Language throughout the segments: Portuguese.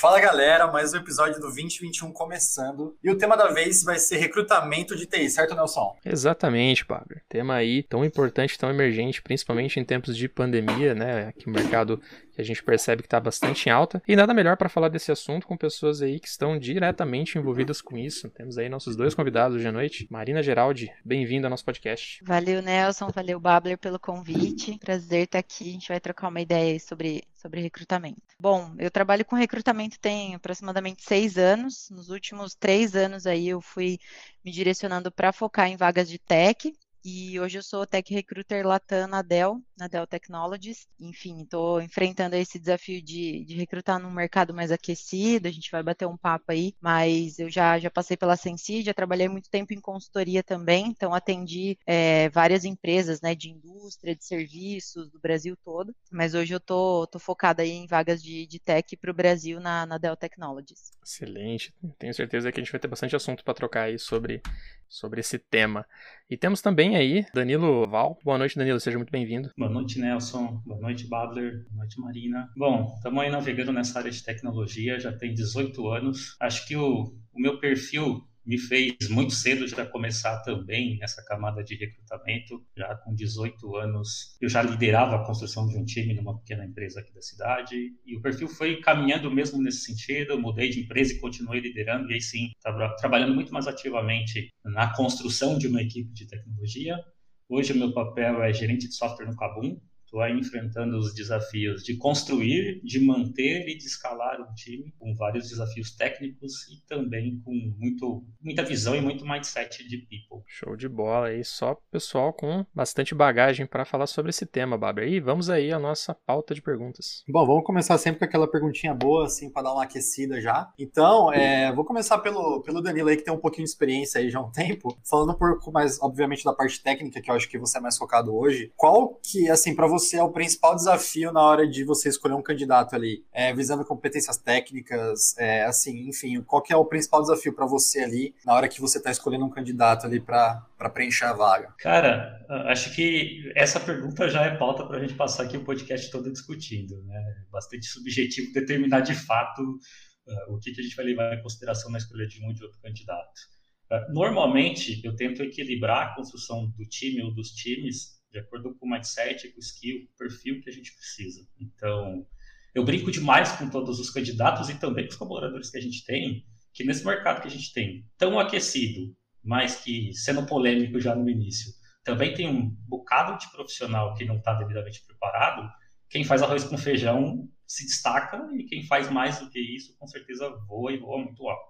Fala galera, mais um episódio do 2021 começando. E o tema da vez vai ser recrutamento de TI, certo, Nelson? Exatamente, Pablo. Tema aí tão importante, tão emergente, principalmente em tempos de pandemia, né? Que o mercado que a gente percebe que está bastante em alta. E nada melhor para falar desse assunto com pessoas aí que estão diretamente envolvidas com isso. Temos aí nossos dois convidados hoje à noite. Marina Geraldi, bem-vinda ao nosso podcast. Valeu, Nelson. Valeu, Babler, pelo convite. Prazer estar aqui. A gente vai trocar uma ideia aí sobre recrutamento. Bom, eu trabalho com recrutamento tem aproximadamente 6 anos. Nos últimos 3 anos aí eu fui me direcionando para focar em vagas de tech. E hoje eu sou Tech Recruiter Latam na Dell Technologies. Enfim, estou enfrentando esse desafio de recrutar num mercado mais aquecido. A gente vai bater um papo aí, mas eu já passei pela Sensi, já trabalhei muito tempo em consultoria também, então atendi várias empresas, né, de indústria, de serviços do Brasil todo. Mas hoje eu tô focada aí em vagas de tech para o Brasil na Dell Technologies. Excelente. Tenho certeza que a gente vai ter bastante assunto para trocar aí sobre esse tema. E temos também aí Danilo Val. Boa noite, Danilo. Seja muito bem-vindo. Boa noite, Nelson. Boa noite, Babler. Boa noite, Marina. Bom, estamos aí navegando nessa área de tecnologia, já tem 18 anos. Acho que o meu perfil me fez muito cedo já começar também nessa camada de recrutamento. Já com 18 anos, eu já liderava a construção de um time numa pequena empresa aqui da cidade. E o perfil foi caminhando mesmo nesse sentido. Eu mudei de empresa e continuei liderando. E aí sim, estava trabalhando muito mais ativamente na construção de uma equipe de tecnologia. Hoje o meu papel é gerente de software no Kabum. Estou aí enfrentando os desafios de construir, de manter e de escalar um time, com vários desafios técnicos e também com muita visão e muito mindset de people. Show de bola aí, só pessoal com bastante bagagem para falar sobre esse tema, Baber. E vamos aí à nossa pauta de perguntas. Bom, vamos começar sempre com aquela perguntinha boa, assim, para dar uma aquecida já. Então, vou começar pelo Danilo aí, que tem um pouquinho de experiência aí já há um tempo. Falando um pouco mais, obviamente, da parte técnica, que eu acho que você é mais focado hoje. Qual que, assim, para você é o principal desafio na hora de você escolher um candidato ali? Visando competências técnicas, assim, enfim, qual que é o principal desafio para você ali na hora que você está escolhendo um candidato ali para preencher a vaga? Cara, acho que essa pergunta já é pauta para a gente passar aqui o podcast todo discutindo, né? Bastante subjetivo determinar de fato o que a gente vai levar em consideração na escolha de um ou de outro candidato. Normalmente, eu tento equilibrar a construção do time ou dos times de acordo com o mindset, com o skill, com o perfil que a gente precisa. Então, eu brinco demais com todos os candidatos e também com os colaboradores que a gente tem, que nesse mercado que a gente tem, tão aquecido, mas que, sendo polêmico já no início, também tem um bocado de profissional que não está devidamente preparado. Quem faz arroz com feijão se destaca e quem faz mais do que isso, com certeza voa e voa muito alto.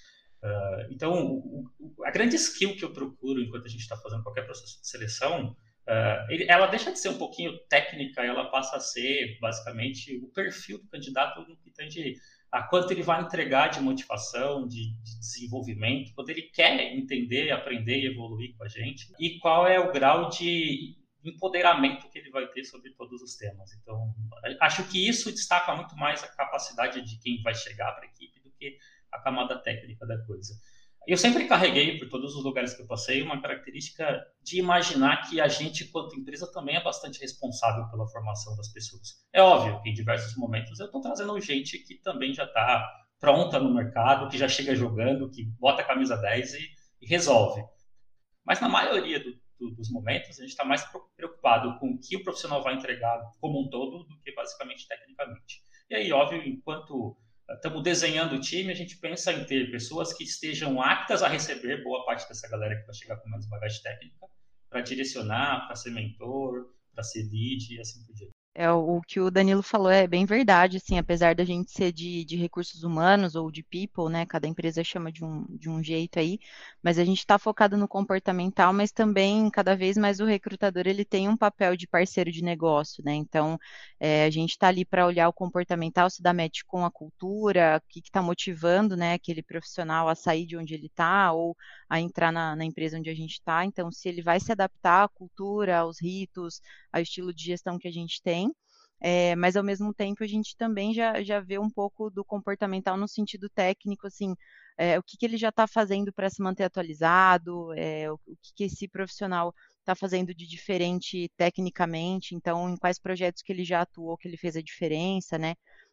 Então, a grande skill que eu procuro enquanto a gente está fazendo qualquer processo de seleção, ela deixa de ser um pouquinho técnica, ela passa a ser basicamente o perfil do candidato no que tange a quanto ele vai entregar de motivação, de desenvolvimento, quanto ele quer entender, aprender e evoluir com a gente, e qual é o grau de empoderamento que ele vai ter sobre todos os temas. Então, acho que isso destaca muito mais a capacidade de quem vai chegar para a equipe do que a camada técnica da coisa. Eu sempre carreguei, por todos os lugares que eu passei, uma característica de imaginar que a gente, quanto empresa, também é bastante responsável pela formação das pessoas. É óbvio que em diversos momentos eu estou trazendo gente que também já está pronta no mercado, que já chega jogando, que bota a camisa 10 e resolve. Mas na maioria dos momentos, a gente está mais preocupado com o que o profissional vai entregar como um todo do que basicamente tecnicamente. E aí, óbvio, enquanto estamos desenhando o time, a gente pensa em ter pessoas que estejam aptas a receber boa parte dessa galera que vai chegar com menos bagagem técnica, para direcionar, para ser mentor, para ser lead e assim por diante. O que o Danilo falou é bem verdade, assim, apesar da gente ser de recursos humanos ou de people, né? Cada empresa chama de um jeito aí, mas a gente está focado no comportamental, mas também cada vez mais o recrutador ele tem um papel de parceiro de negócio, né? Então a gente está ali para olhar o comportamental, se dá match com a cultura, o que está motivando, né, aquele profissional a sair de onde ele está ou a entrar na empresa onde a gente está. Então, se ele vai se adaptar à cultura, aos ritos, ao estilo de gestão que a gente tem. Mas ao mesmo tempo a gente também já vê um pouco do comportamental no sentido técnico, assim, o que ele já está fazendo para se manter atualizado, o que esse profissional está fazendo de diferente tecnicamente, então em quais projetos que ele já atuou, que ele fez a diferença, né?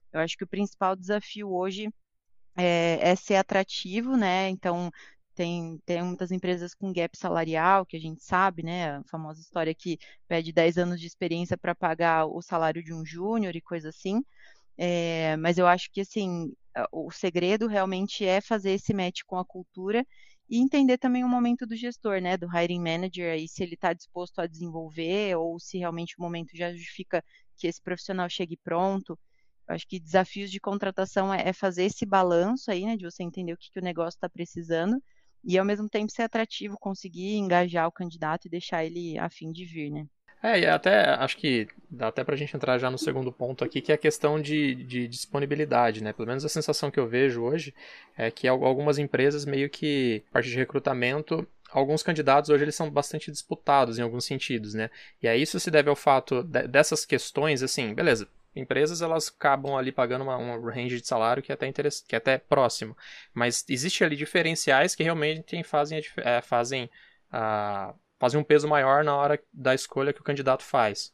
Eu acho que o principal desafio hoje é ser atrativo, né? Então, tem muitas empresas com gap salarial, que a gente sabe, né? A famosa história que pede 10 anos de experiência para pagar o salário de um júnior e coisa assim. Mas eu acho que, assim, o segredo realmente é fazer esse match com a cultura e entender também o momento do gestor, né? Do hiring manager, aí, se ele está disposto a desenvolver ou se realmente o momento já justifica que esse profissional chegue pronto. Eu acho que desafios de contratação é fazer esse balanço aí, né, de você entender o que o negócio está precisando e, ao mesmo tempo, ser atrativo, conseguir engajar o candidato e deixar ele a fim de vir, né? E até acho que dá até pra gente entrar já no segundo ponto aqui, que é a questão de disponibilidade, né? Pelo menos a sensação que eu vejo hoje é que algumas empresas meio que, a parte de recrutamento, alguns candidatos hoje eles são bastante disputados em alguns sentidos, né? E aí isso se deve ao fato dessas questões, assim, beleza, empresas elas acabam ali pagando um range de salário que é até que é até próximo, mas existe ali diferenciais que realmente fazem um peso maior na hora da escolha que o candidato faz.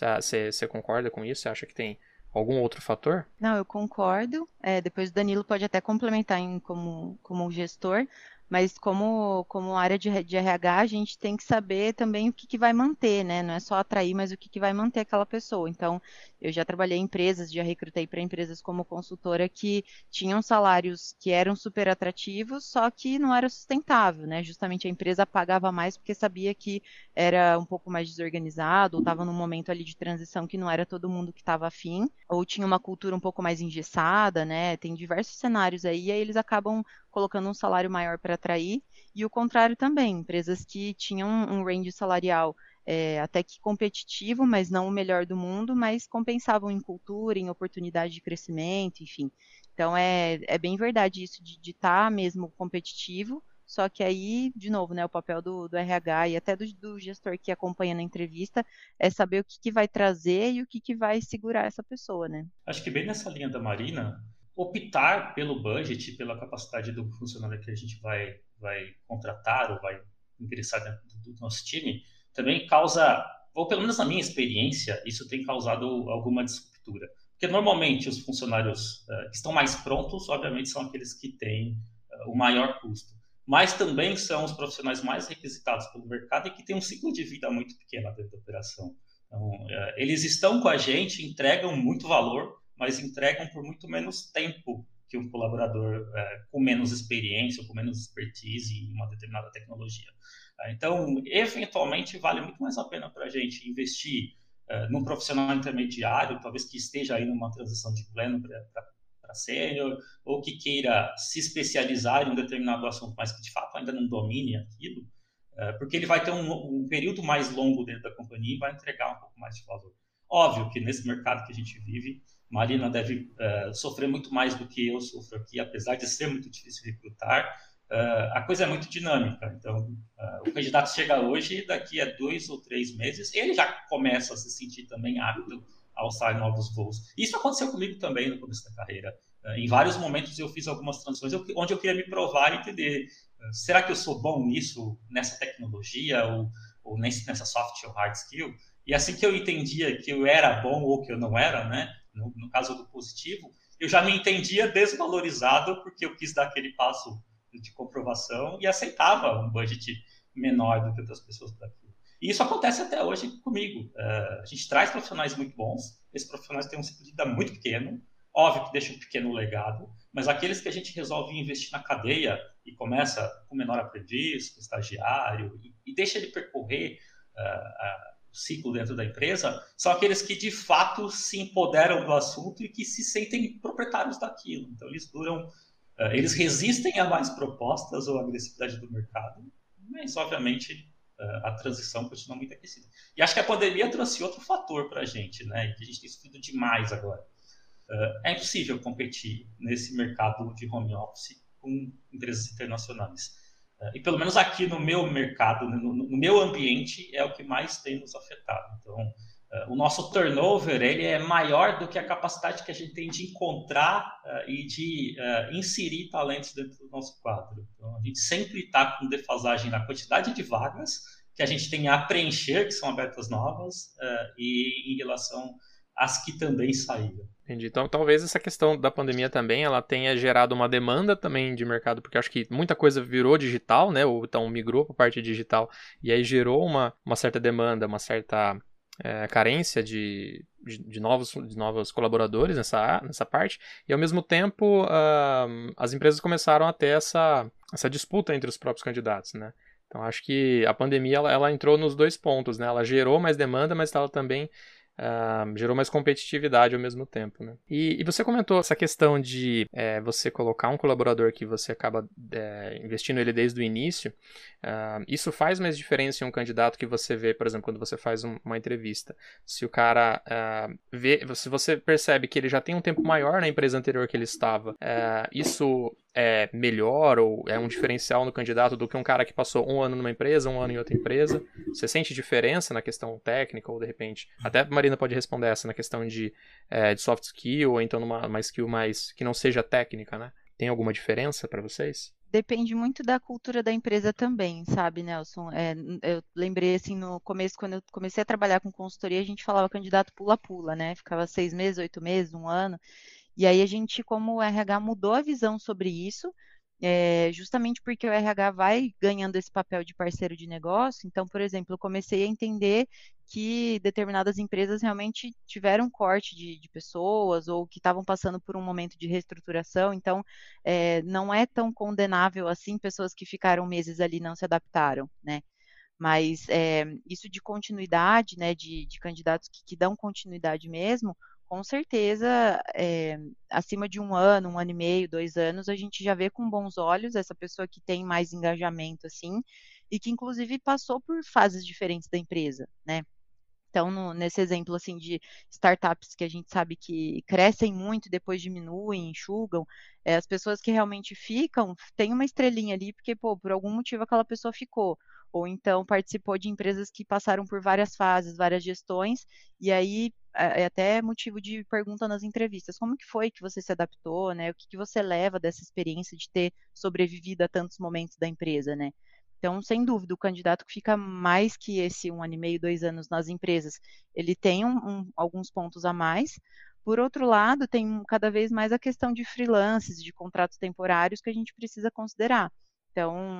Você concorda com isso? Você acha que tem algum outro fator? Não, eu concordo. Depois o Danilo pode até complementar como gestor, mas como área de RH, a gente tem que saber também o que vai manter, né? Não é só atrair, mas o que vai manter aquela pessoa. Então, eu já trabalhei em empresas, já recrutei para empresas como consultora que tinham salários que eram super atrativos, só que não era sustentável, né? Justamente a empresa pagava mais porque sabia que era um pouco mais desorganizado, ou estava num momento ali de transição que não era todo mundo que estava afim, ou tinha uma cultura um pouco mais engessada, né? Tem diversos cenários aí, e aí eles acabam colocando um salário maior para atrair, e o contrário também, empresas que tinham um range salarial até que competitivo, mas não o melhor do mundo, mas compensavam em cultura, em oportunidade de crescimento, enfim. Então é bem verdade isso de estar mesmo competitivo, só que aí, de novo, né, o papel do RH e até do gestor que acompanha na entrevista é saber o que vai trazer e o que vai segurar essa pessoa, né? Acho que bem nessa linha da Marina, optar pelo budget, pela capacidade do funcionário que a gente vai contratar ou vai ingressar dentro do nosso time, também causa, ou pelo menos na minha experiência, isso tem causado alguma disruptura. Porque normalmente os funcionários que estão mais prontos, obviamente, são aqueles que têm o maior custo. Mas também são os profissionais mais requisitados pelo mercado e que têm um ciclo de vida muito pequeno dentro da operação. Então, eles estão com a gente, entregam muito valor, mas entregam por muito menos tempo que um colaborador com menos experiência ou com menos expertise em uma determinada tecnologia. Então, eventualmente, vale muito mais a pena para a gente investir num profissional intermediário, talvez que esteja aí numa transição de pleno para sênior, ou que queira se especializar em um determinado assunto, mas que de fato ainda não domine aquilo, porque ele vai ter um período mais longo dentro da companhia e vai entregar um pouco mais de valor. Óbvio que nesse mercado que a gente vive, Marina deve sofrer muito mais do que eu sofro aqui, apesar de ser muito difícil recrutar, a coisa é muito dinâmica. Então, o candidato chega hoje, daqui a 2 ou 3 meses, ele já começa a se sentir também apto a alçar novos voos. Isso aconteceu comigo também no começo da carreira. Em vários momentos eu fiz algumas transições onde eu queria me provar e entender, será que eu sou bom nisso, nessa tecnologia, ou nessa soft ou hard skill? E assim que eu entendia que eu era bom ou que eu não era, né, no caso do positivo, eu já me entendia desvalorizado porque eu quis dar aquele passo de comprovação e aceitava um budget menor do que outras pessoas para aquilo. E isso acontece até hoje comigo. A gente traz profissionais muito bons, esses profissionais têm um ciclo de vida muito pequeno, óbvio que deixa um pequeno legado, mas aqueles que a gente resolve investir na cadeia e começa com menor aprendiz, com estagiário, e deixa ele percorrer o ciclo dentro da empresa, são aqueles que de fato se empoderam do assunto e que se sentem proprietários daquilo. Então eles resistem a mais propostas ou a agressividade do mercado, mas obviamente a transição continua muito aquecida. E acho que a pandemia trouxe outro fator para a gente, né? Que a gente tem sofrido demais agora. É impossível competir nesse mercado de home office com empresas internacionais. E pelo menos aqui no meu mercado, no meu ambiente, é o que mais tem nos afetado. Então, o nosso turnover ele é maior do que a capacidade que a gente tem de encontrar e de inserir talentos dentro do nosso quadro. Então, a gente sempre está com defasagem na quantidade de vagas que a gente tem a preencher, que são abertas novas, e em relação as que também saíram. Entendi. Então, talvez essa questão da pandemia também, ela tenha gerado uma demanda também de mercado, porque eu acho que muita coisa virou digital, né? Ou então migrou para a parte digital, e aí gerou uma certa demanda, uma certa carência de novos colaboradores nessa parte, e ao mesmo tempo as empresas começaram a ter essa disputa entre os próprios candidatos, né? Então, acho que a pandemia ela entrou nos dois pontos, né? Ela gerou mais demanda, mas ela também gerou mais competitividade ao mesmo tempo, né? E você comentou essa questão de você colocar um colaborador que você acaba investindo ele desde o início. Isso faz mais diferença em um candidato que você vê, por exemplo, quando você faz uma entrevista. Se o cara se você percebe que ele já tem um tempo maior na empresa anterior que ele estava, isso é melhor ou é um diferencial no candidato do que um cara que passou um ano numa empresa, um ano em outra empresa? Você sente diferença na questão técnica ou de repente, até a Marina pode responder essa, na questão de soft skill ou então numa skill mais que não seja técnica, né? Tem alguma diferença para vocês? Depende muito da cultura da empresa também, sabe, Nelson? Eu lembrei, assim, no começo, quando eu comecei a trabalhar com consultoria, a gente falava candidato pula-pula, né? Ficava 6 meses, 8 meses, um ano. E aí a gente, como o RH, mudou a visão sobre isso, justamente porque o RH vai ganhando esse papel de parceiro de negócio. Então, por exemplo, eu comecei a entender que determinadas empresas realmente tiveram corte de pessoas ou que estavam passando por um momento de reestruturação. Então, não é tão condenável assim pessoas que ficaram meses ali e não se adaptaram, né? Mas isso de continuidade, né, de candidatos que dão continuidade mesmo, com certeza, acima de um ano e meio, 2 anos, a gente já vê com bons olhos essa pessoa que tem mais engajamento, assim, e que inclusive passou por fases diferentes da empresa, né? Então, nesse exemplo assim de startups que a gente sabe que crescem muito, depois diminuem, enxugam, as pessoas que realmente ficam, têm uma estrelinha ali, porque, pô, por algum motivo aquela pessoa ficou. Ou então participou de empresas que passaram por várias fases, várias gestões, e aí é até motivo de pergunta nas entrevistas, como que foi que você se adaptou, né? O que você leva dessa experiência de ter sobrevivido a tantos momentos da empresa, né? Então, sem dúvida, o candidato que fica mais que esse 1 ano e meio, 2 anos nas empresas, ele tem alguns pontos a mais. Por outro lado, tem cada vez mais a questão de freelances, de contratos temporários que a gente precisa considerar. Então,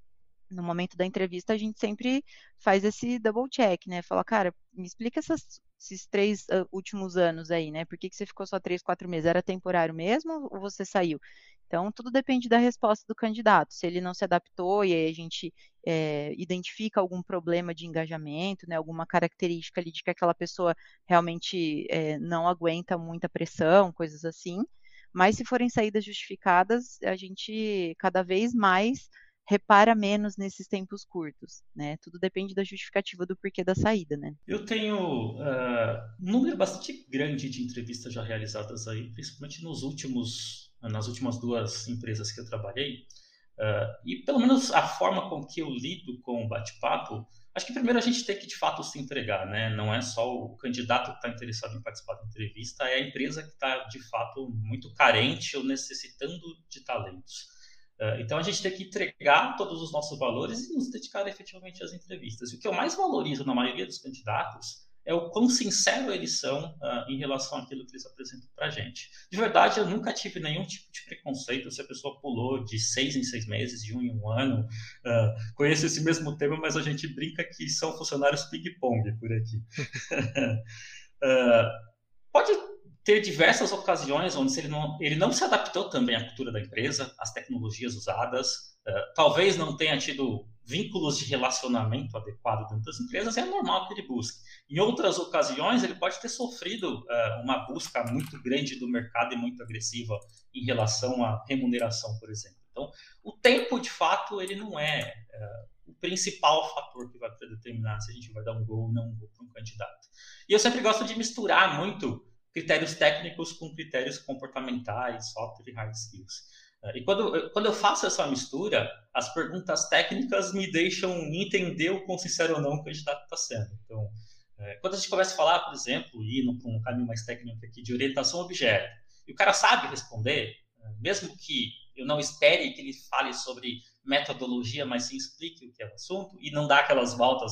no momento da entrevista, a gente sempre faz esse double check, né? Fala, cara, me explica esses 3 últimos anos aí, né? Por que você ficou só 3, 4 meses? Era temporário mesmo ou você saiu? Então, tudo depende da resposta do candidato. Se ele não se adaptou e aí a gente identifica algum problema de engajamento, né? Alguma característica ali de que aquela pessoa realmente não aguenta muita pressão, coisas assim. Mas se forem saídas justificadas, a gente cada vez mais repara menos nesses tempos curtos, né? Tudo depende da justificativa do porquê da saída, né? Eu tenho um número bastante grande de entrevistas já realizadas aí, principalmente nas últimas 2 empresas que eu trabalhei. E pelo menos a forma com que eu lido com o bate-papo, acho que primeiro a gente tem que de fato se entregar, né? Não é só o candidato que está interessado em participar da entrevista, é a empresa que está de fato muito carente ou necessitando de talentos. Então a gente tem que entregar todos os nossos valores e nos dedicar efetivamente às entrevistas. E o que eu mais valorizo na maioria dos candidatos é o quão sincero eles são em relação àquilo que eles apresentam para a gente. De verdade, eu nunca tive nenhum tipo de preconceito se a pessoa pulou de 6 em 6 meses, de 1 em 1 ano. Conheço esse mesmo tema, mas a gente brinca que são funcionários ping-pong por aqui. Pode ter diversas ocasiões onde ele não se adaptou também à cultura da empresa, às tecnologias usadas, talvez não tenha tido vínculos de relacionamento adequado dentro das empresas, é normal que ele busque. Em outras ocasiões, ele pode ter sofrido uma busca muito grande do mercado e muito agressiva em relação à remuneração, por exemplo. Então, o tempo, de fato, ele não é o principal fator que vai predeterminar se a gente vai dar um go ou não um go para um candidato. E eu sempre gosto de misturar muito critérios técnicos com critérios comportamentais, soft e hard skills. E quando eu faço essa mistura, as perguntas técnicas me deixam entender o quão sincero ou não o candidato está sendo. Então, quando a gente começa a falar, por exemplo, indo para um caminho mais técnico aqui de orientação a objeto, e o cara sabe responder, mesmo que eu não espere que ele fale sobre metodologia, mas sim explique o que é o assunto, e não dá aquelas voltas que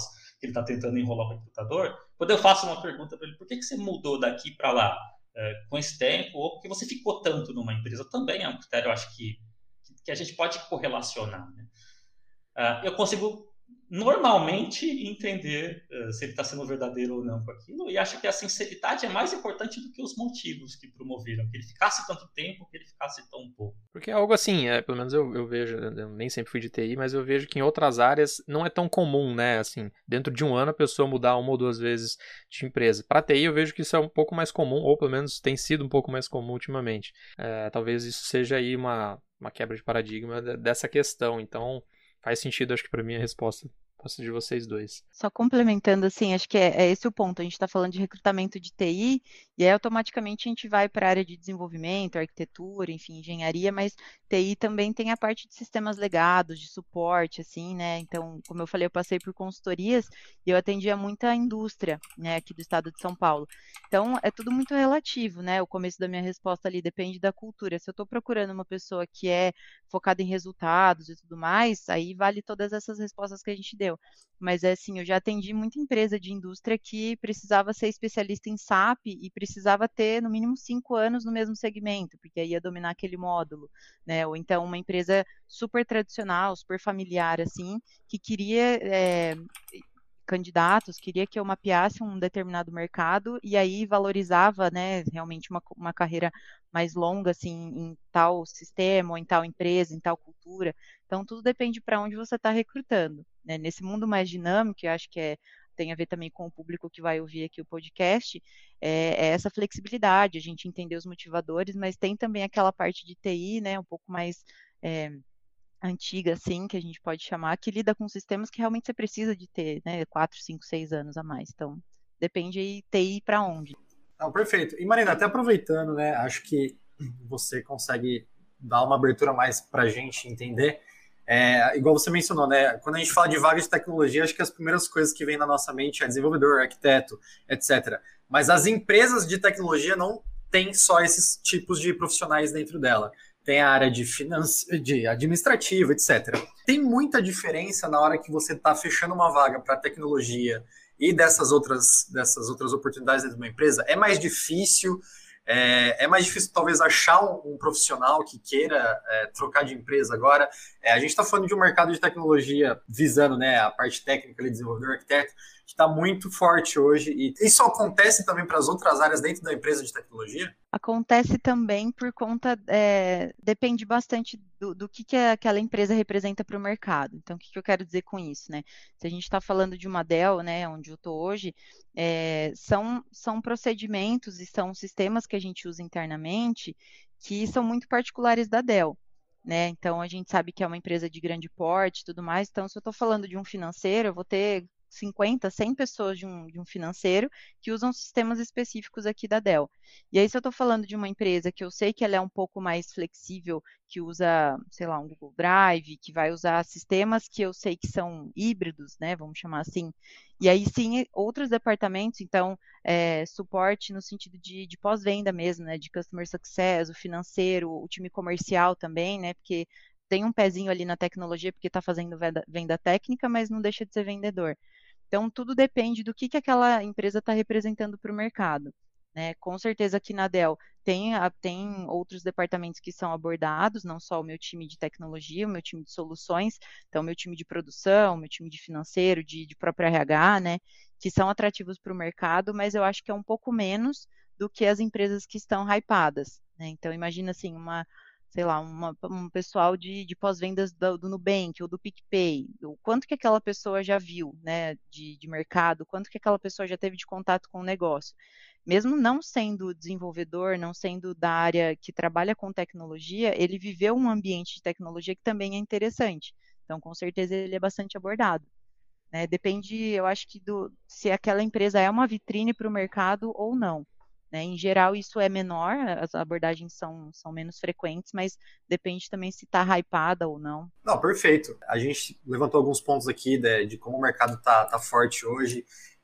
que ele está tentando enrolar o recrutador, quando eu faço uma pergunta para ele, por que você mudou daqui para lá com esse tempo, ou porque você ficou tanto numa empresa, também é um critério, eu acho que a gente pode correlacionar, né? Eu consigo normalmente entender se ele está sendo verdadeiro ou não com aquilo, e acho que a sinceridade é mais importante do que os motivos que promoveram que ele ficasse tanto tempo, que ele ficasse tão pouco. Porque é algo assim, pelo menos eu vejo, eu nem sempre fui de TI, mas eu vejo que em outras áreas não é tão comum, né? Assim, dentro de um ano a pessoa mudar uma ou duas vezes de empresa. Para TI eu vejo que isso é um pouco mais comum, ou pelo menos tem sido um pouco mais comum ultimamente. Talvez isso seja aí uma quebra de paradigma dessa questão, então faz sentido, acho que para mim a resposta de vocês dois. Só complementando, assim, acho que é esse o ponto. A gente está falando de recrutamento de TI, e aí automaticamente a gente vai para a área de desenvolvimento, arquitetura, enfim, engenharia, mas TI também tem a parte de sistemas legados, de suporte, assim, né? Então, como eu falei, eu passei por consultorias e eu atendia muita indústria, né, aqui do estado de São Paulo. Então, é tudo muito relativo, né? O começo da minha resposta ali depende da cultura. Se eu estou procurando uma pessoa que é focada em resultados e tudo mais, aí vale todas essas respostas que a gente deu. Mas é assim, eu já atendi muita empresa de indústria que precisava ser especialista em SAP e precisava ter no mínimo 5 anos no mesmo segmento, porque aí ia dominar aquele módulo, né? Ou então uma empresa super tradicional, super familiar, assim, que queria candidatos, queria que eu mapeasse um determinado mercado e aí valorizava, né, realmente uma carreira mais longa, assim, em tal sistema, ou em tal empresa, em tal cultura. Então, tudo depende para onde você está recrutando, né? Nesse mundo mais dinâmico, eu acho que tem a ver também com o público que vai ouvir aqui o podcast, é essa flexibilidade, a gente entender os motivadores, mas tem também aquela parte de TI, né, um pouco mais antiga, assim, que a gente pode chamar, que lida com sistemas que realmente você precisa de ter, né, 4, 5, 6 anos a mais. Então, depende aí TI para onde. Não, perfeito. E Marina, até aproveitando, né, acho que você consegue dar uma abertura mais para a gente entender. Igual você mencionou, né? Quando a gente fala de vaga de tecnologia, acho que as primeiras coisas que vêm na nossa mente é desenvolvedor, arquiteto, etc. Mas as empresas de tecnologia não têm só esses tipos de profissionais dentro dela. Tem a área de administrativa, etc. Tem muita diferença na hora que você está fechando uma vaga para tecnologia e dessas outras oportunidades dentro de uma empresa. É mais difícil talvez achar um profissional que queira trocar de empresa agora. A gente está falando de um mercado de tecnologia visando, né, a parte técnica, ali, desenvolvedor, arquiteto, que está muito forte hoje. E isso acontece também para as outras áreas dentro da empresa de tecnologia? Acontece também por conta, depende bastante do que aquela empresa representa para o mercado. Então, o que eu quero dizer com isso, né? Se a gente está falando de uma Dell, né, onde eu estou hoje, são procedimentos e são sistemas que a gente usa internamente que são muito particulares da Dell. Né? Então, a gente sabe que é uma empresa de grande porte e tudo mais. Então, se eu estou falando de um financeiro, eu vou ter 50, 100 pessoas de um financeiro que usam sistemas específicos aqui da Dell. E aí, se eu estou falando de uma empresa que eu sei que ela é um pouco mais flexível, que usa, sei lá, um Google Drive, que vai usar sistemas que eu sei que são híbridos, né? Vamos chamar assim. E aí, sim, outros departamentos, então, suporte no sentido de pós-venda mesmo, né? De customer success, o financeiro, o time comercial também, né? Porque tem um pezinho ali na tecnologia, porque está fazendo venda técnica, mas não deixa de ser vendedor. Então, tudo depende do que aquela empresa está representando para o mercado. Né? Com certeza aqui na Dell tem outros departamentos que são abordados, não só o meu time de tecnologia, o meu time de soluções, então o meu time de produção, o meu time de financeiro, de próprio RH, né? Que são atrativos para o mercado, mas eu acho que é um pouco menos do que as empresas que estão hypadas. Né? Então, imagina assim, sei lá, um pessoal de pós-vendas do Nubank ou do PicPay, o quanto que aquela pessoa já viu, né, de mercado, quanto que aquela pessoa já teve de contato com o negócio. Mesmo não sendo desenvolvedor, não sendo da área que trabalha com tecnologia, ele viveu um ambiente de tecnologia que também é interessante. Então, com certeza, ele é bastante abordado. Né? Depende, eu acho que se aquela empresa é uma vitrine para o mercado ou não. Né? Em geral, isso é menor, as abordagens são menos frequentes, mas depende também se está hypada ou não. Não, perfeito. A gente levantou alguns pontos aqui de como o mercado tá forte hoje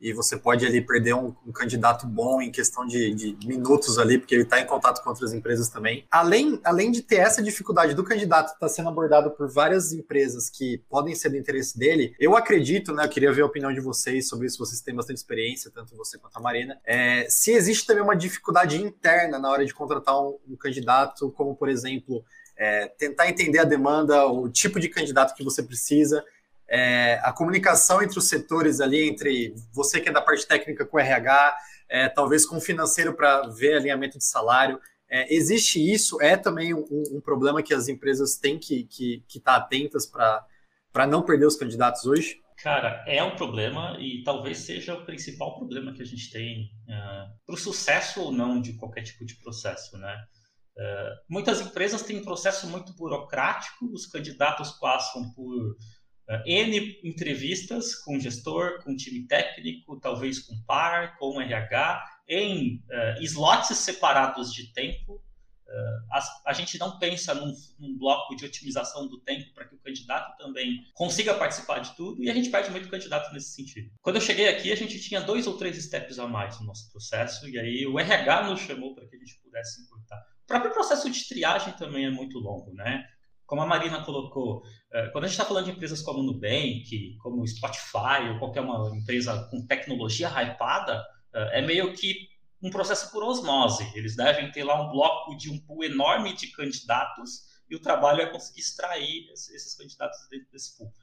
e você pode ali perder um candidato bom em questão de minutos ali, porque ele está em contato com outras empresas também. Além de ter essa dificuldade do candidato estar sendo abordado por várias empresas que podem ser do interesse dele, eu acredito, né, eu queria ver a opinião de vocês sobre isso, vocês têm bastante experiência, tanto você quanto a Marina, se existe também uma dificuldade interna na hora de contratar um candidato, como, por exemplo, tentar entender a demanda, o tipo de candidato que você precisa, a comunicação entre os setores ali, entre você que é da parte técnica com o RH, talvez com o financeiro para ver alinhamento de salário. Existe isso? É também um problema que as empresas têm que estar atentas para não perder os candidatos hoje? Cara, é um problema e talvez seja o principal problema que a gente tem para o sucesso ou não de qualquer tipo de processo, né? Muitas empresas têm um processo muito burocrático, os candidatos passam por N entrevistas com gestor, com time técnico, talvez com par, com RH, em slots separados de tempo. A gente não pensa num bloco de otimização do tempo para que o candidato também consiga participar de tudo, e a gente perde muito candidato nesse sentido. Quando eu cheguei aqui, a gente tinha 2 ou 3 steps a mais no nosso processo, e aí o RH nos chamou para que a gente pudesse encurtar. O próprio processo de triagem também é muito longo, né? Como a Marina colocou, quando a gente está falando de empresas como o Nubank, como o Spotify, ou qualquer uma empresa com tecnologia hypada, é meio que um processo por osmose. Eles devem ter lá um bloco de um pool enorme de candidatos e o trabalho é conseguir extrair esses candidatos dentro desse pool.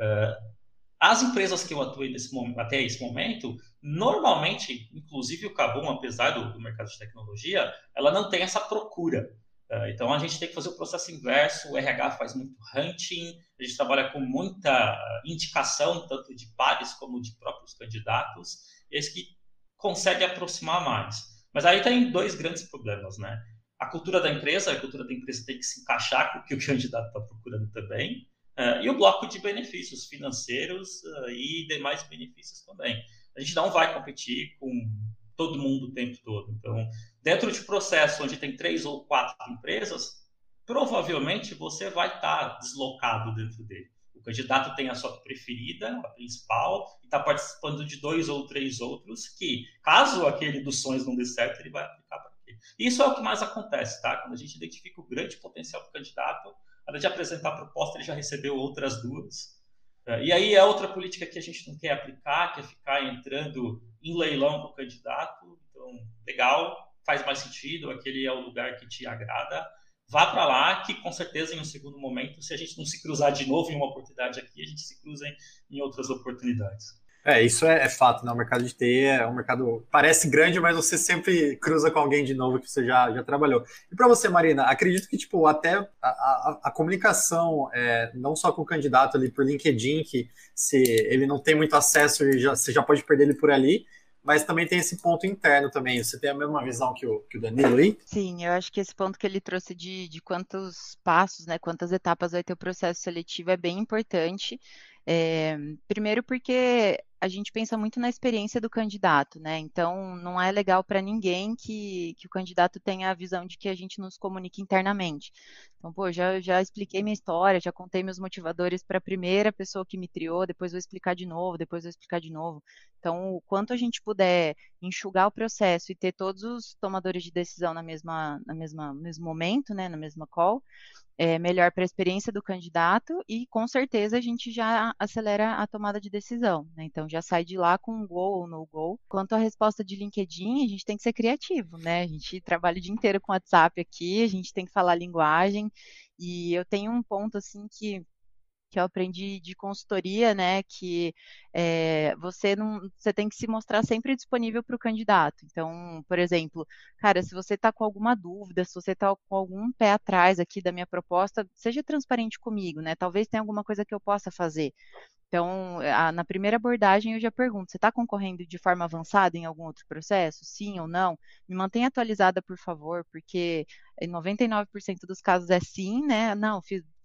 As empresas que eu atuei até esse momento, normalmente, inclusive o Kabum, apesar do mercado de tecnologia, ela não tem essa procura. Então, a gente tem que fazer o processo inverso, o RH faz muito hunting, a gente trabalha com muita indicação, tanto de pares como de próprios candidatos, e é isso que consegue aproximar mais. Mas aí tem 2 grandes problemas, né? A cultura da empresa tem que se encaixar com o que o candidato está procurando também, e o bloco de benefícios financeiros e demais benefícios também. A gente não vai competir com todo mundo o tempo todo. Então, dentro de um processo onde tem 3 ou 4 empresas, provavelmente você vai estar deslocado dentro dele. O candidato tem a sua preferida, a principal, e está participando de 2 ou 3 outros que, caso aquele dos sonhos não dê certo, ele vai aplicar para aquele. Isso é o que mais acontece, tá? Quando a gente identifica o grande potencial do candidato, na hora de apresentar a proposta, ele já recebeu outras 2. E aí é outra política que a gente não quer aplicar, que é ficar entrando em leilão com o candidato. Então, legal, faz mais sentido, aquele é o lugar que te agrada. Vá para lá, que com certeza em um segundo momento, se a gente não se cruzar de novo em uma oportunidade aqui, a gente se cruza em outras oportunidades. Isso é fato, né? O mercado de TI é um mercado, parece grande, mas você sempre cruza com alguém de novo que você já trabalhou. E para você, Marina, acredito que tipo, até a comunicação, não só com o candidato ali por LinkedIn, que se ele não tem muito acesso, você já pode perder ele por ali, mas também tem esse ponto interno também. Você tem a mesma visão que o Danilo aí? Sim, eu acho que esse ponto que ele trouxe de quantos passos, né, quantas etapas vai ter o processo seletivo é bem importante. Primeiro porque a gente pensa muito na experiência do candidato, né? Então, não é legal para ninguém que o candidato tenha a visão de que a gente nos comunique internamente. Então, pô, já expliquei minha história, já contei meus motivadores para a primeira pessoa que me triou, depois vou explicar de novo, depois vou explicar de novo. Então, o quanto a gente puder enxugar o processo e ter todos os tomadores de decisão no mesmo momento, né, na mesma call, é melhor para a experiência do candidato e, com certeza, a gente já acelera a tomada de decisão, né? Então, já sai de lá com um go ou no go. Quanto à resposta de LinkedIn, a gente tem que ser criativo, né? A gente trabalha o dia inteiro com WhatsApp aqui, a gente tem que falar a linguagem, e eu tenho um ponto, assim, que eu aprendi de consultoria, né, que você tem que se mostrar sempre disponível para o candidato. Então, por exemplo, cara, se você está com alguma dúvida, se você está com algum pé atrás aqui da minha proposta, seja transparente comigo, né? Talvez tenha alguma coisa que eu possa fazer. Então, na primeira abordagem eu já pergunto, você está concorrendo de forma avançada em algum outro processo? Sim ou não? Me mantenha atualizada, por favor, porque em 99% dos casos é sim, né? Não, fiz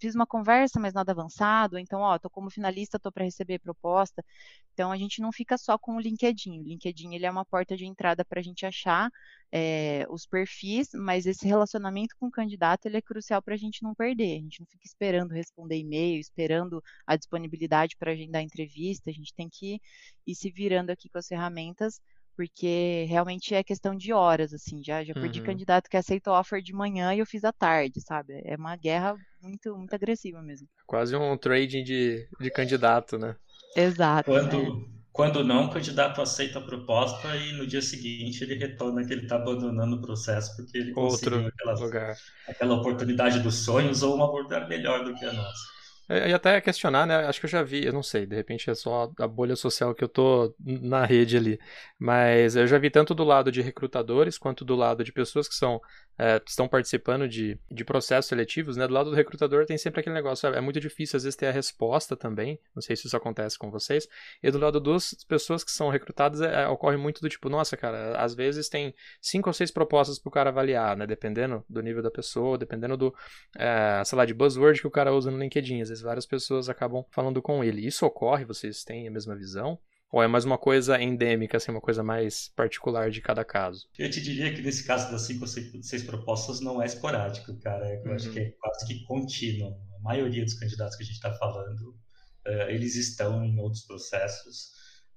fiz uma conversa, mas nada avançado, então, ó, tô como finalista, tô para receber proposta. Então, a gente não fica só com o LinkedIn. O LinkedIn, ele é uma porta de entrada para a gente achar os perfis, mas esse relacionamento com o candidato, ele é crucial para a gente não perder. A gente não fica esperando responder e-mail, esperando a disponibilidade para agendar entrevista. A gente tem que ir se virando aqui com as ferramentas, porque realmente é questão de horas, assim. Já perdi Uhum. candidato que aceitou offer de manhã e eu fiz à tarde, sabe? É uma guerra muito, muito agressiva mesmo. Quase um trading de candidato, né? Exato. Quando não, o candidato aceita a proposta e no dia seguinte ele retorna que ele está abandonando o processo porque ele Outro conseguiu lugar. aquela oportunidade dos sonhos ou uma oportunidade melhor do que a nossa. E até questionar, né? Acho que eu já vi, eu não sei, de repente é só a bolha social que eu tô na rede ali. Mas eu já vi tanto do lado de recrutadores quanto do lado de pessoas que estão participando de processos seletivos, né? Do lado do recrutador tem sempre aquele negócio, é muito difícil às vezes ter a resposta também. Não sei se isso acontece com vocês. E do lado das pessoas que são recrutadas, ocorre muito do tipo, nossa, cara, às vezes tem 5 ou 6 propostas pro cara avaliar, né? Dependendo do nível da pessoa, dependendo do, sei lá, de buzzword que o cara usa no LinkedIn. Às vezes várias pessoas acabam falando com ele. Isso ocorre? Vocês têm a mesma visão? Ou é mais uma coisa endêmica, assim, uma coisa mais particular de cada caso? Eu te diria que nesse caso das 5 ou 6 propostas não é esporádico, cara. Eu acho que é quase que contínuo. A maioria dos candidatos que a gente está falando, eles estão em outros processos.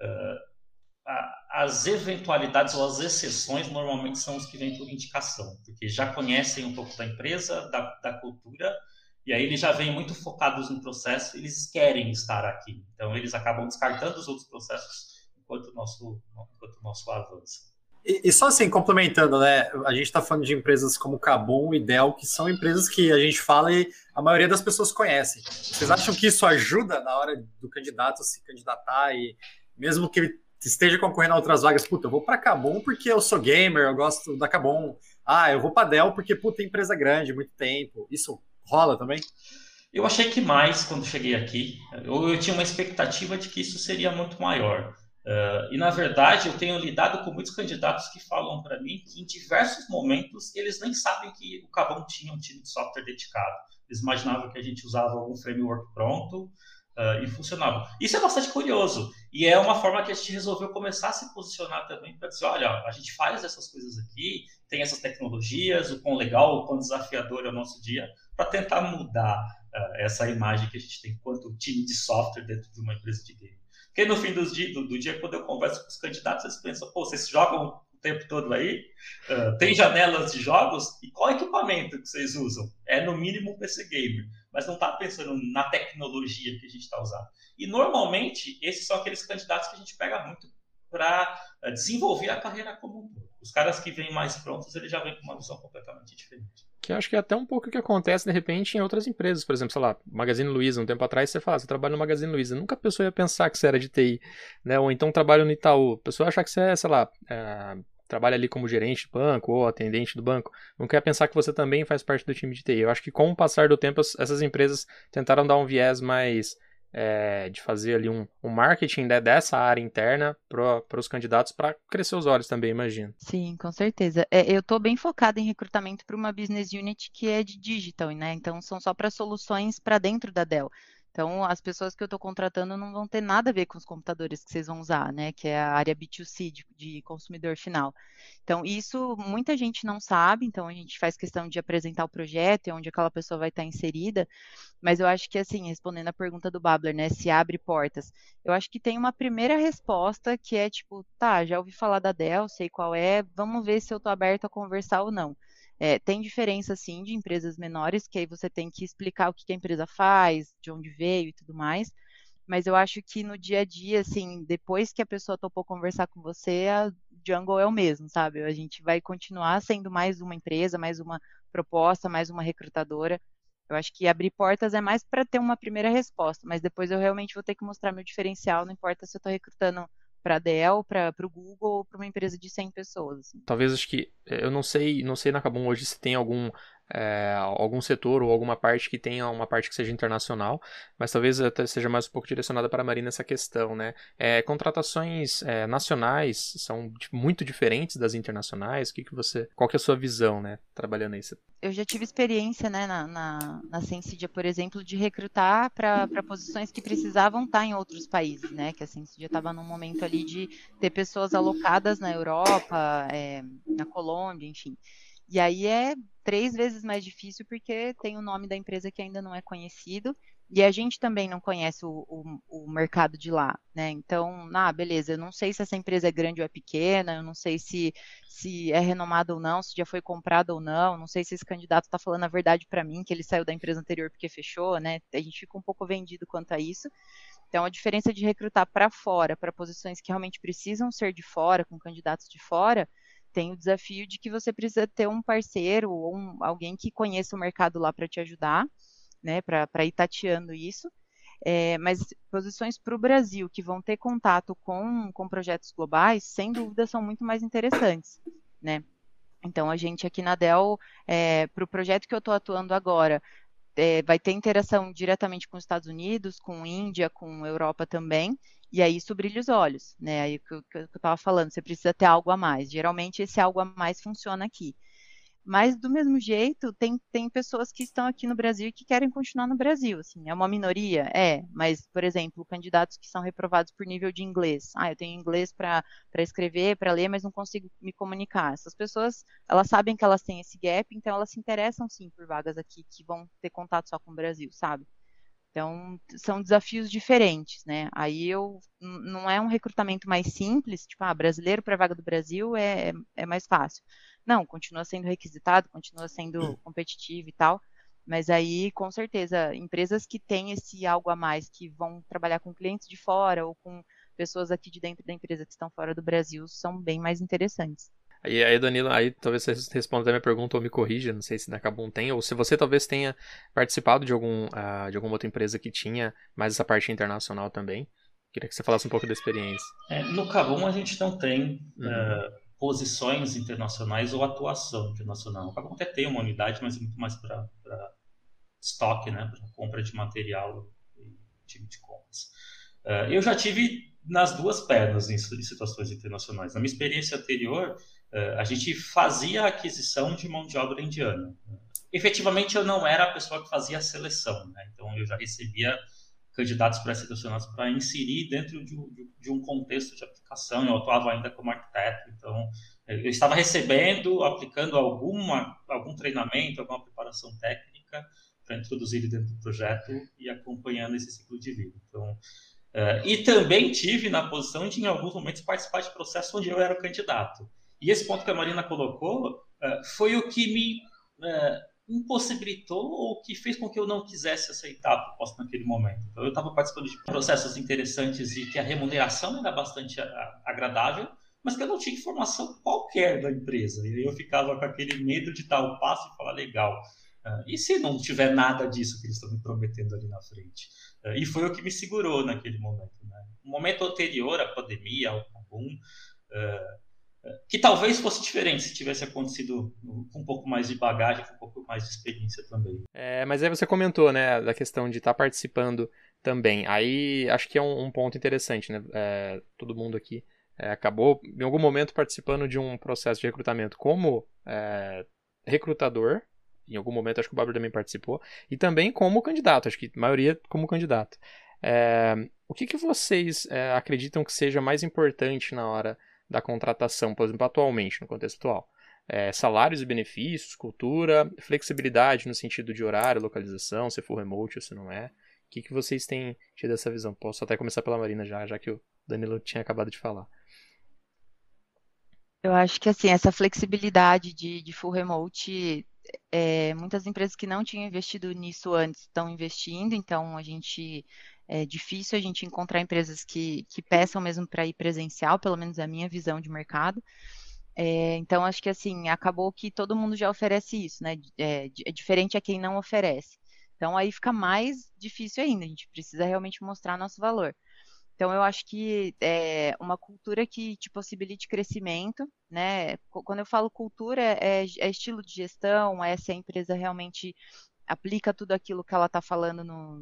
As eventualidades ou as exceções normalmente são os que vêm por indicação, porque já conhecem um pouco da empresa, da cultura, e aí eles já vêm muito focados no processo, eles querem estar aqui. Então eles acabam descartando os outros processos enquanto o nosso avança. E só assim, complementando, né? A gente está falando de empresas como Kabum e Dell, que são empresas que a gente fala e a maioria das pessoas conhecem. Vocês acham que isso ajuda na hora do candidato se candidatar e mesmo que ele esteja concorrendo a outras vagas, puta, eu vou para Kabum porque eu sou gamer, eu gosto da Kabum. Ah, eu vou para Dell porque, puta, empresa grande, muito tempo. Isso rola também? Eu achei que mais quando cheguei aqui. Eu tinha uma expectativa de que isso seria muito maior. E, na verdade, eu tenho lidado com muitos candidatos que falam para mim que, em diversos momentos, eles nem sabem que o Kabum tinha um time de software dedicado. Eles imaginavam que a gente usava algum framework pronto e funcionava. Isso é bastante curioso. E é uma forma que a gente resolveu começar a se posicionar também para dizer, olha, a gente faz essas coisas aqui, tem essas tecnologias, o quão legal, o quão desafiador é o nosso dia, para tentar mudar essa imagem que a gente tem enquanto time de software dentro de uma empresa de game. Porque no fim do dia, quando eu converso com os candidatos, eles pensam, pô, vocês jogam o tempo todo aí? Tem janelas de jogos? E qual equipamento que vocês usam? É no mínimo um PC gamer, mas não está pensando na tecnologia que a gente está usando. E normalmente, esses são aqueles candidatos que a gente pega muito para desenvolver a carreira como um todo. Os caras que vêm mais prontos, eles já vêm com uma visão completamente diferente. Que eu acho que é até um pouco o que acontece, de repente, em outras empresas. Por exemplo, sei lá, Magazine Luiza, um tempo atrás você fala, você trabalha no Magazine Luiza. Nunca a pessoa ia pensar que você era de TI, né? Ou então trabalha no Itaú. A pessoa ia achar que você é, sei lá, trabalha ali como gerente de banco ou atendente do banco. Não quer pensar que você também faz parte do time de TI. Eu acho que com o passar do tempo, essas empresas tentaram dar um viés mais de fazer ali um marketing, né, dessa área interna para os candidatos para crescer os olhos também, imagino. Sim, com certeza. Eu estou bem focada em recrutamento para uma business unit que é de digital, né? Então são só para soluções para dentro da Dell. Então, as pessoas que eu estou contratando não vão ter nada a ver com os computadores que vocês vão usar, né? Que é a área B2C, de consumidor final. Então, isso muita gente não sabe, então a gente faz questão de apresentar o projeto e onde aquela pessoa vai estar inserida. Mas eu acho que, assim, respondendo a pergunta do Babler, né? Se abre portas. Eu acho que tem uma primeira resposta que é tipo, tá, já ouvi falar da Dell, sei qual é, vamos ver se eu estou aberto a conversar ou não. Tem diferença, sim, de empresas menores, que aí você tem que explicar o que a empresa faz, de onde veio e tudo mais. Mas eu acho que no dia a dia, assim, depois que a pessoa topou conversar com você, a Jungle é o mesmo, sabe? A gente vai continuar sendo mais uma empresa, mais uma proposta, mais uma recrutadora. Eu acho que abrir portas é mais para ter uma primeira resposta, mas depois eu realmente vou ter que mostrar meu diferencial, não importa se eu estou recrutando para a Dell, para o Google ou para uma empresa de 100 pessoas. Assim. Talvez acho que eu não sei na Kabum hoje se tem algum setor ou alguma parte que tenha uma parte que seja internacional, mas talvez até seja mais um pouco direcionada para a Marina essa questão, né? Contratações nacionais são muito diferentes das internacionais. Qual que é a sua visão, né, trabalhando aí? Eu já tive experiência, né, na Sensidia, por exemplo, de recrutar para posições que precisavam estar em outros países, né? Que a Sensidia estava num momento ali de ter pessoas alocadas na Europa, na Colômbia, enfim. E aí é 3 vezes mais difícil porque tem o nome da empresa que ainda não é conhecido e a gente também não conhece o mercado de lá, né? Então, beleza, eu não sei se essa empresa é grande ou é pequena, eu não sei se é renomada ou não, se já foi comprada ou não sei se esse candidato está falando a verdade para mim, que ele saiu da empresa anterior porque fechou, né? A gente fica um pouco vendido quanto a isso. Então, a diferença de recrutar para fora, para posições que realmente precisam ser de fora, com candidatos de fora, tem o desafio de que você precisa ter um parceiro ou alguém que conheça o mercado lá para te ajudar, né, para ir tateando isso. Mas posições para o Brasil que vão ter contato com projetos globais, sem dúvida, são muito mais interessantes, né? Então, a gente aqui na Dell, para o projeto que eu estou atuando agora, vai ter interação diretamente com os Estados Unidos, com Índia, com Europa também, e aí isso brilha os olhos, né? Aí o que eu estava falando, você precisa ter algo a mais. Geralmente esse algo a mais funciona aqui. Mas, do mesmo jeito, tem pessoas que estão aqui no Brasil e que querem continuar no Brasil, assim, é uma minoria? Mas, por exemplo, candidatos que são reprovados por nível de inglês. Eu tenho inglês para escrever, para ler, mas não consigo me comunicar. Essas pessoas, elas sabem que elas têm esse gap, então elas se interessam, sim, por vagas aqui que vão ter contato só com o Brasil, sabe? Então, são desafios diferentes, né? Aí não é um recrutamento mais simples, tipo, brasileiro para a vaga do Brasil é mais fácil. Não, continua sendo requisitado, continua sendo competitivo e tal, mas aí, com certeza, empresas que têm esse algo a mais, que vão trabalhar com clientes de fora ou com pessoas aqui de dentro da empresa que estão fora do Brasil, são bem mais interessantes. Aí, Danilo, aí talvez você responda a minha pergunta ou me corrija, não sei se na Kabum tem, ou se você talvez tenha participado de alguma outra empresa que tinha mais essa parte internacional também. Queria que você falasse um pouco da experiência. No Kabum a gente não tem posições internacionais ou atuação internacional. O Kabum até tem uma unidade, mas é muito mais para estoque, né, para compra de material e time de compras. Eu já tive nas duas pernas em situações internacionais. Na minha experiência anterior, a gente fazia a aquisição de mão de obra indiana. Efetivamente, eu não era a pessoa que fazia a seleção, né? Então eu já recebia candidatos pré-selecionados para inserir dentro de um contexto de aplicação. Eu atuava ainda como arquiteto, então eu estava recebendo, aplicando algum treinamento, alguma preparação técnica para introduzir ele dentro do projeto e acompanhando esse ciclo de vida. Então, e também tive na posição de, em alguns momentos, participar de processo onde eu era o candidato. E esse ponto que a Marina colocou foi o que me impossibilitou ou que fez com que eu não quisesse aceitar a proposta naquele momento. Então, eu estava participando de processos interessantes e que a remuneração era bastante agradável, mas que eu não tinha informação qualquer da empresa. E eu ficava com aquele medo de dar o passo e falar, legal, e se não tiver nada disso que eles estão me prometendo ali na frente? E foi o que me segurou naquele momento. Né? No momento anterior à pandemia, ao Kabum, que talvez fosse diferente se tivesse acontecido com um pouco mais de bagagem, com um pouco mais de experiência também. Mas aí você comentou, né, da questão de estar participando também. Aí acho que é um ponto interessante, né? Todo mundo aqui acabou, em algum momento, participando de um processo de recrutamento como recrutador. Em algum momento acho que o Babur também participou. E também como candidato, acho que a maioria como candidato. O que vocês acreditam que seja mais importante na hora da contratação, por exemplo, atualmente, no contexto atual? Salários e benefícios, cultura, flexibilidade no sentido de horário, localização, se for remote ou se não é. O que vocês têm tido essa visão? Posso até começar pela Marina já que o Danilo tinha acabado de falar. Eu acho que assim, essa flexibilidade de full remote, muitas empresas que não tinham investido nisso antes estão investindo, então é difícil a gente encontrar empresas que peçam mesmo para ir presencial, pelo menos é a minha visão de mercado. Então, acho que assim, acabou que todo mundo já oferece isso, né? É diferente a quem não oferece. Então, aí fica mais difícil ainda, a gente precisa realmente mostrar nosso valor. Então, eu acho que é uma cultura que te possibilite crescimento, né? Quando eu falo cultura, é estilo de gestão, é se a empresa realmente aplica tudo aquilo que ela está falando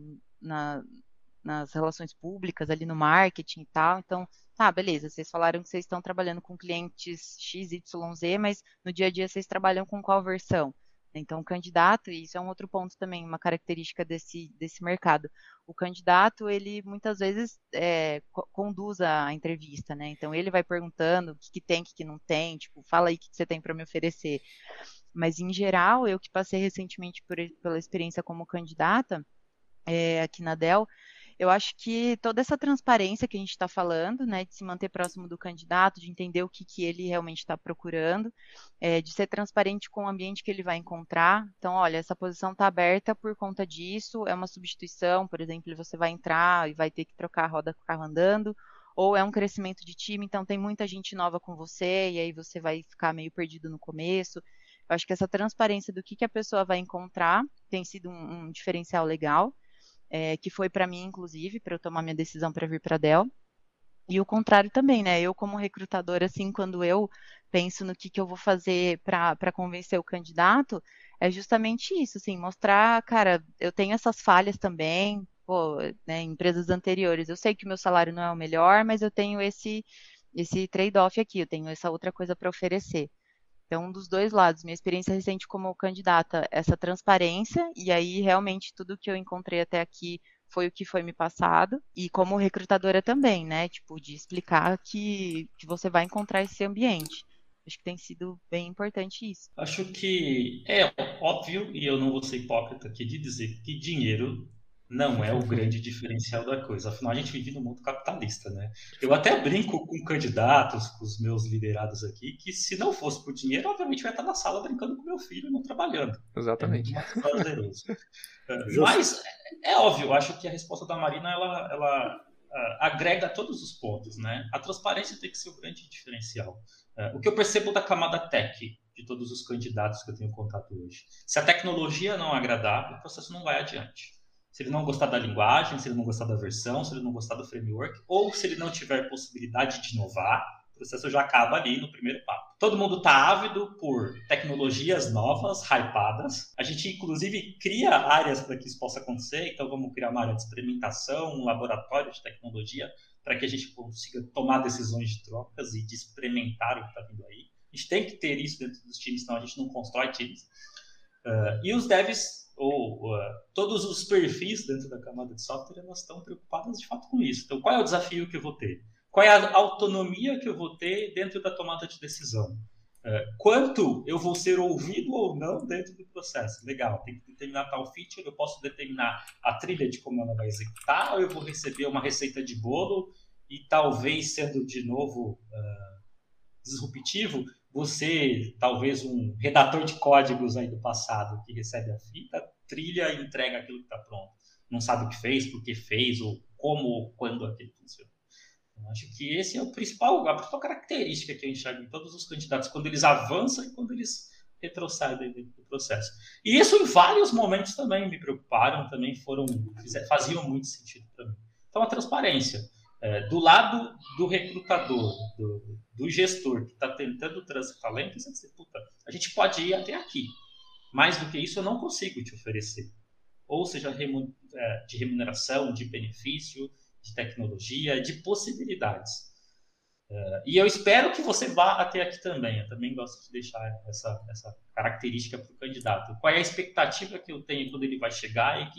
nas relações públicas, ali no marketing e tal. Então, tá, beleza, vocês falaram que vocês estão trabalhando com clientes X, Y, Z, mas no dia a dia vocês trabalham com qual versão? Então, o candidato, e isso é um outro ponto também, uma característica desse mercado. O candidato, ele muitas vezes conduz a entrevista, né? Então, ele vai perguntando o que tem, o que não tem, tipo, fala aí o que você tem para me oferecer. Mas, em geral, eu que passei recentemente pela experiência como candidata, aqui na Dell, eu acho que toda essa transparência que a gente está falando, né, de se manter próximo do candidato, de entender o que ele realmente está procurando, de ser transparente com o ambiente que ele vai encontrar. Então, olha, essa posição está aberta por conta disso, é uma substituição, por exemplo, você vai entrar e vai ter que trocar a roda com o carro andando, ou é um crescimento de time, então tem muita gente nova com você, e aí você vai ficar meio perdido no começo. Eu acho que essa transparência do que a pessoa vai encontrar tem sido um diferencial legal. Que foi para mim, inclusive, para eu tomar minha decisão para vir para a Dell. E o contrário também, né? Eu, como recrutadora, assim, quando eu penso no que eu vou fazer para convencer o candidato, é justamente isso, assim, mostrar, cara, eu tenho essas falhas também, pô, né, em empresas anteriores, eu sei que o meu salário não é o melhor, mas eu tenho esse trade-off aqui, eu tenho essa outra coisa para oferecer. Então, dos dois lados, minha experiência recente como candidata, essa transparência, e aí realmente tudo que eu encontrei até aqui foi o que foi me passado, e como recrutadora também, né? Tipo, de explicar que você vai encontrar esse ambiente. Acho que tem sido bem importante isso. Acho que é óbvio, e eu não vou ser hipócrita aqui de dizer que dinheiro não é o grande diferencial da coisa. Afinal, a gente vive num mundo capitalista, né? Eu até brinco com candidatos, com os meus liderados aqui, que se não fosse por dinheiro, obviamente eu ia estar na sala brincando com meu filho, não trabalhando. É muito Exatamente. mais prazeroso. Mas é óbvio, eu acho que a resposta da Marina, ela agrega todos os pontos, né? A transparência tem que ser o grande diferencial. O que eu percebo da camada tech, de todos os candidatos que eu tenho contato hoje, se a tecnologia não agradar, o processo não vai adiante. Se ele não gostar da linguagem, se ele não gostar da versão, se ele não gostar do framework, ou se ele não tiver possibilidade de inovar, o processo já acaba ali no primeiro passo. Todo mundo está ávido por tecnologias novas, hypadas. A gente, inclusive, cria áreas para que isso possa acontecer. Então, vamos criar uma área de experimentação, um laboratório de tecnologia, para que a gente consiga tomar decisões de trocas e de experimentar o que está vindo aí. A gente tem que ter isso dentro dos times, senão a gente não constrói times. E os devs, todos os perfis dentro da camada de software, elas estão preocupadas de fato com isso. Então, qual é o desafio que eu vou ter? Qual é a autonomia que eu vou ter dentro da tomada de decisão? Quanto eu vou ser ouvido ou não dentro do processo? Legal, tem que determinar tal feature, eu posso determinar a trilha de como ela vai executar, ou eu vou receber uma receita de bolo e talvez sendo de novo disruptivo, você, talvez um redator de códigos aí do passado que recebe a fita, trilha e entrega aquilo que está pronto. Não sabe o que fez, por que fez, ou como ou quando aquilo funciona. Eu acho que esse é a principal característica que eu enxergo em todos os candidatos, quando eles avançam e quando eles retrocedem dentro do processo. E isso em vários momentos também me preocuparam, também faziam muito sentido para mim. Então, a transparência. Do lado do recrutador, do gestor que está tentando trazer talento, você diz, puta, a gente pode ir até aqui. Mais do que isso eu não consigo te oferecer. Ou seja, de remuneração, de benefício, de tecnologia, de possibilidades. E eu espero que você vá até aqui também. Eu também gosto de deixar essa característica para o candidato. Qual é a expectativa que eu tenho quando ele vai chegar e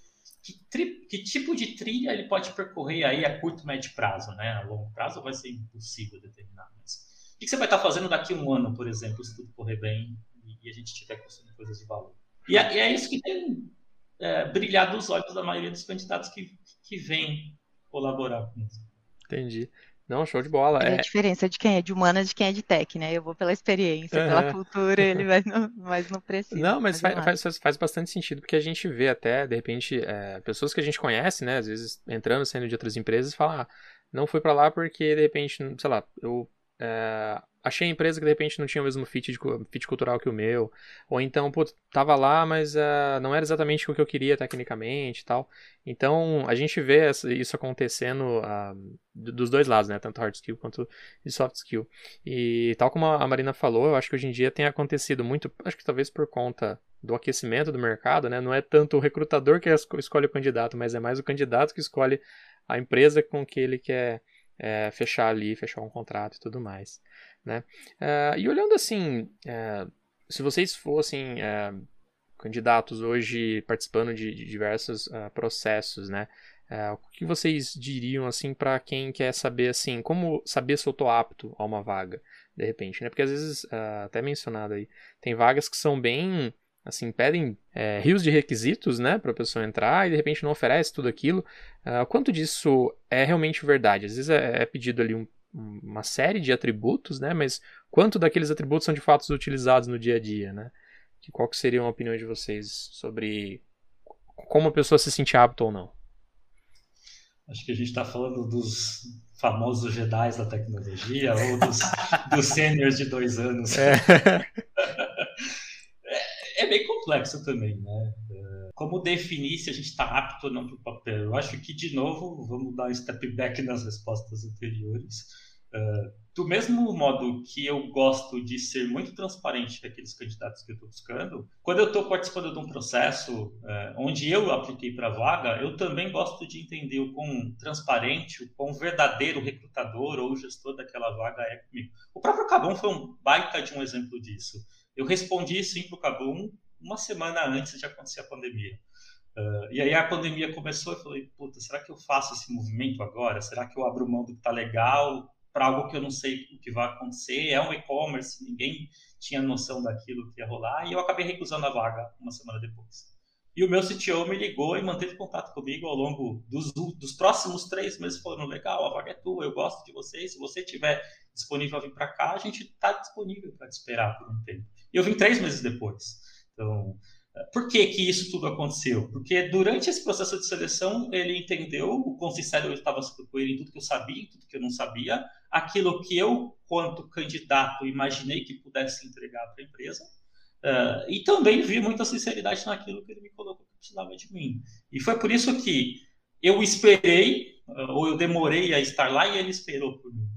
que tipo de trilha ele pode percorrer aí a curto, médio prazo, né? A longo prazo vai ser impossível determinar. Mas o que você vai estar fazendo daqui a um ano, por exemplo, se tudo correr bem e a gente estiver construindo coisas de valor? E é isso que tem brilhado os olhos da maioria dos candidatos que vêm colaborar com isso. Entendi. Não, show de bola. É a diferença de quem é de humanas e de quem é de tech, né? Eu vou pela experiência, pela cultura, ele vai mas não precisa. Não, mas faz bastante sentido, porque a gente vê até, de repente, pessoas que a gente conhece, né? Às vezes entrando, saindo de outras empresas, falam, não fui pra lá porque, de repente, sei lá, eu achei a empresa que de repente não tinha o mesmo fit cultural que o meu, ou então, pô, tava lá, mas não era exatamente o que eu queria tecnicamente e tal. Então, a gente vê isso acontecendo dos dois lados, né, tanto hard skill quanto de soft skill. E tal como a Marina falou, eu acho que hoje em dia tem acontecido muito, acho que talvez por conta do aquecimento do mercado, né, não é tanto o recrutador que escolhe o candidato, mas é mais o candidato que escolhe a empresa com que ele quer fechar um contrato e tudo mais, né? E olhando assim, se vocês fossem candidatos hoje participando de diversos processos, né? O que vocês diriam assim para quem quer saber assim, como saber se eu tô apto a uma vaga, de repente, né? Porque às vezes, até mencionado aí, tem vagas que são bem assim, pedem rios de requisitos, né, para a pessoa entrar e de repente não oferece tudo aquilo. Quanto disso é realmente verdade? Às vezes é pedido ali uma série de atributos, né, mas quanto daqueles atributos são de fato utilizados no dia a dia, né? Qual que seria a opinião de vocês sobre como a pessoa se sente apta ou não? Acho que a gente está falando dos famosos Jedis da tecnologia ou dos seniors de 2 anos. É bem complexo também, né? Como definir se a gente está apto ou não para o papel? Eu acho que, de novo, vamos dar um step back nas respostas anteriores. Do mesmo modo que eu gosto de ser muito transparente com aqueles candidatos que eu estou buscando, quando eu estou participando de um processo onde eu apliquei para a vaga, eu também gosto de entender o quão transparente, o quão verdadeiro o recrutador ou o gestor daquela vaga é comigo. O próprio Kabum foi um baita de um exemplo disso. Eu respondi sim para o Kabum uma semana antes de acontecer a pandemia. E aí a pandemia começou e eu falei, puta, será que eu faço esse movimento agora? Será que eu abro mão do que está legal para algo que eu não sei o que vai acontecer? É um e-commerce, ninguém tinha noção daquilo que ia rolar. E eu acabei recusando a vaga uma semana depois. E o meu CTO me ligou e manteve contato comigo ao longo dos próximos 3 meses, falando, legal, a vaga é tua, eu gosto de você, se você estiver disponível a vir para cá, a gente está disponível para te esperar por um tempo. E eu vim 3 meses depois. Então, por que isso tudo aconteceu? Porque durante esse processo de seleção, ele entendeu o quão sincero eu estava com ele em tudo que eu sabia, em tudo que eu não sabia, aquilo que eu, quanto candidato, imaginei que pudesse entregar para a empresa, e também vi muita sinceridade naquilo que ele me colocou que precisava de mim. E foi por isso que eu esperei, ou eu demorei a estar lá e ele esperou por mim.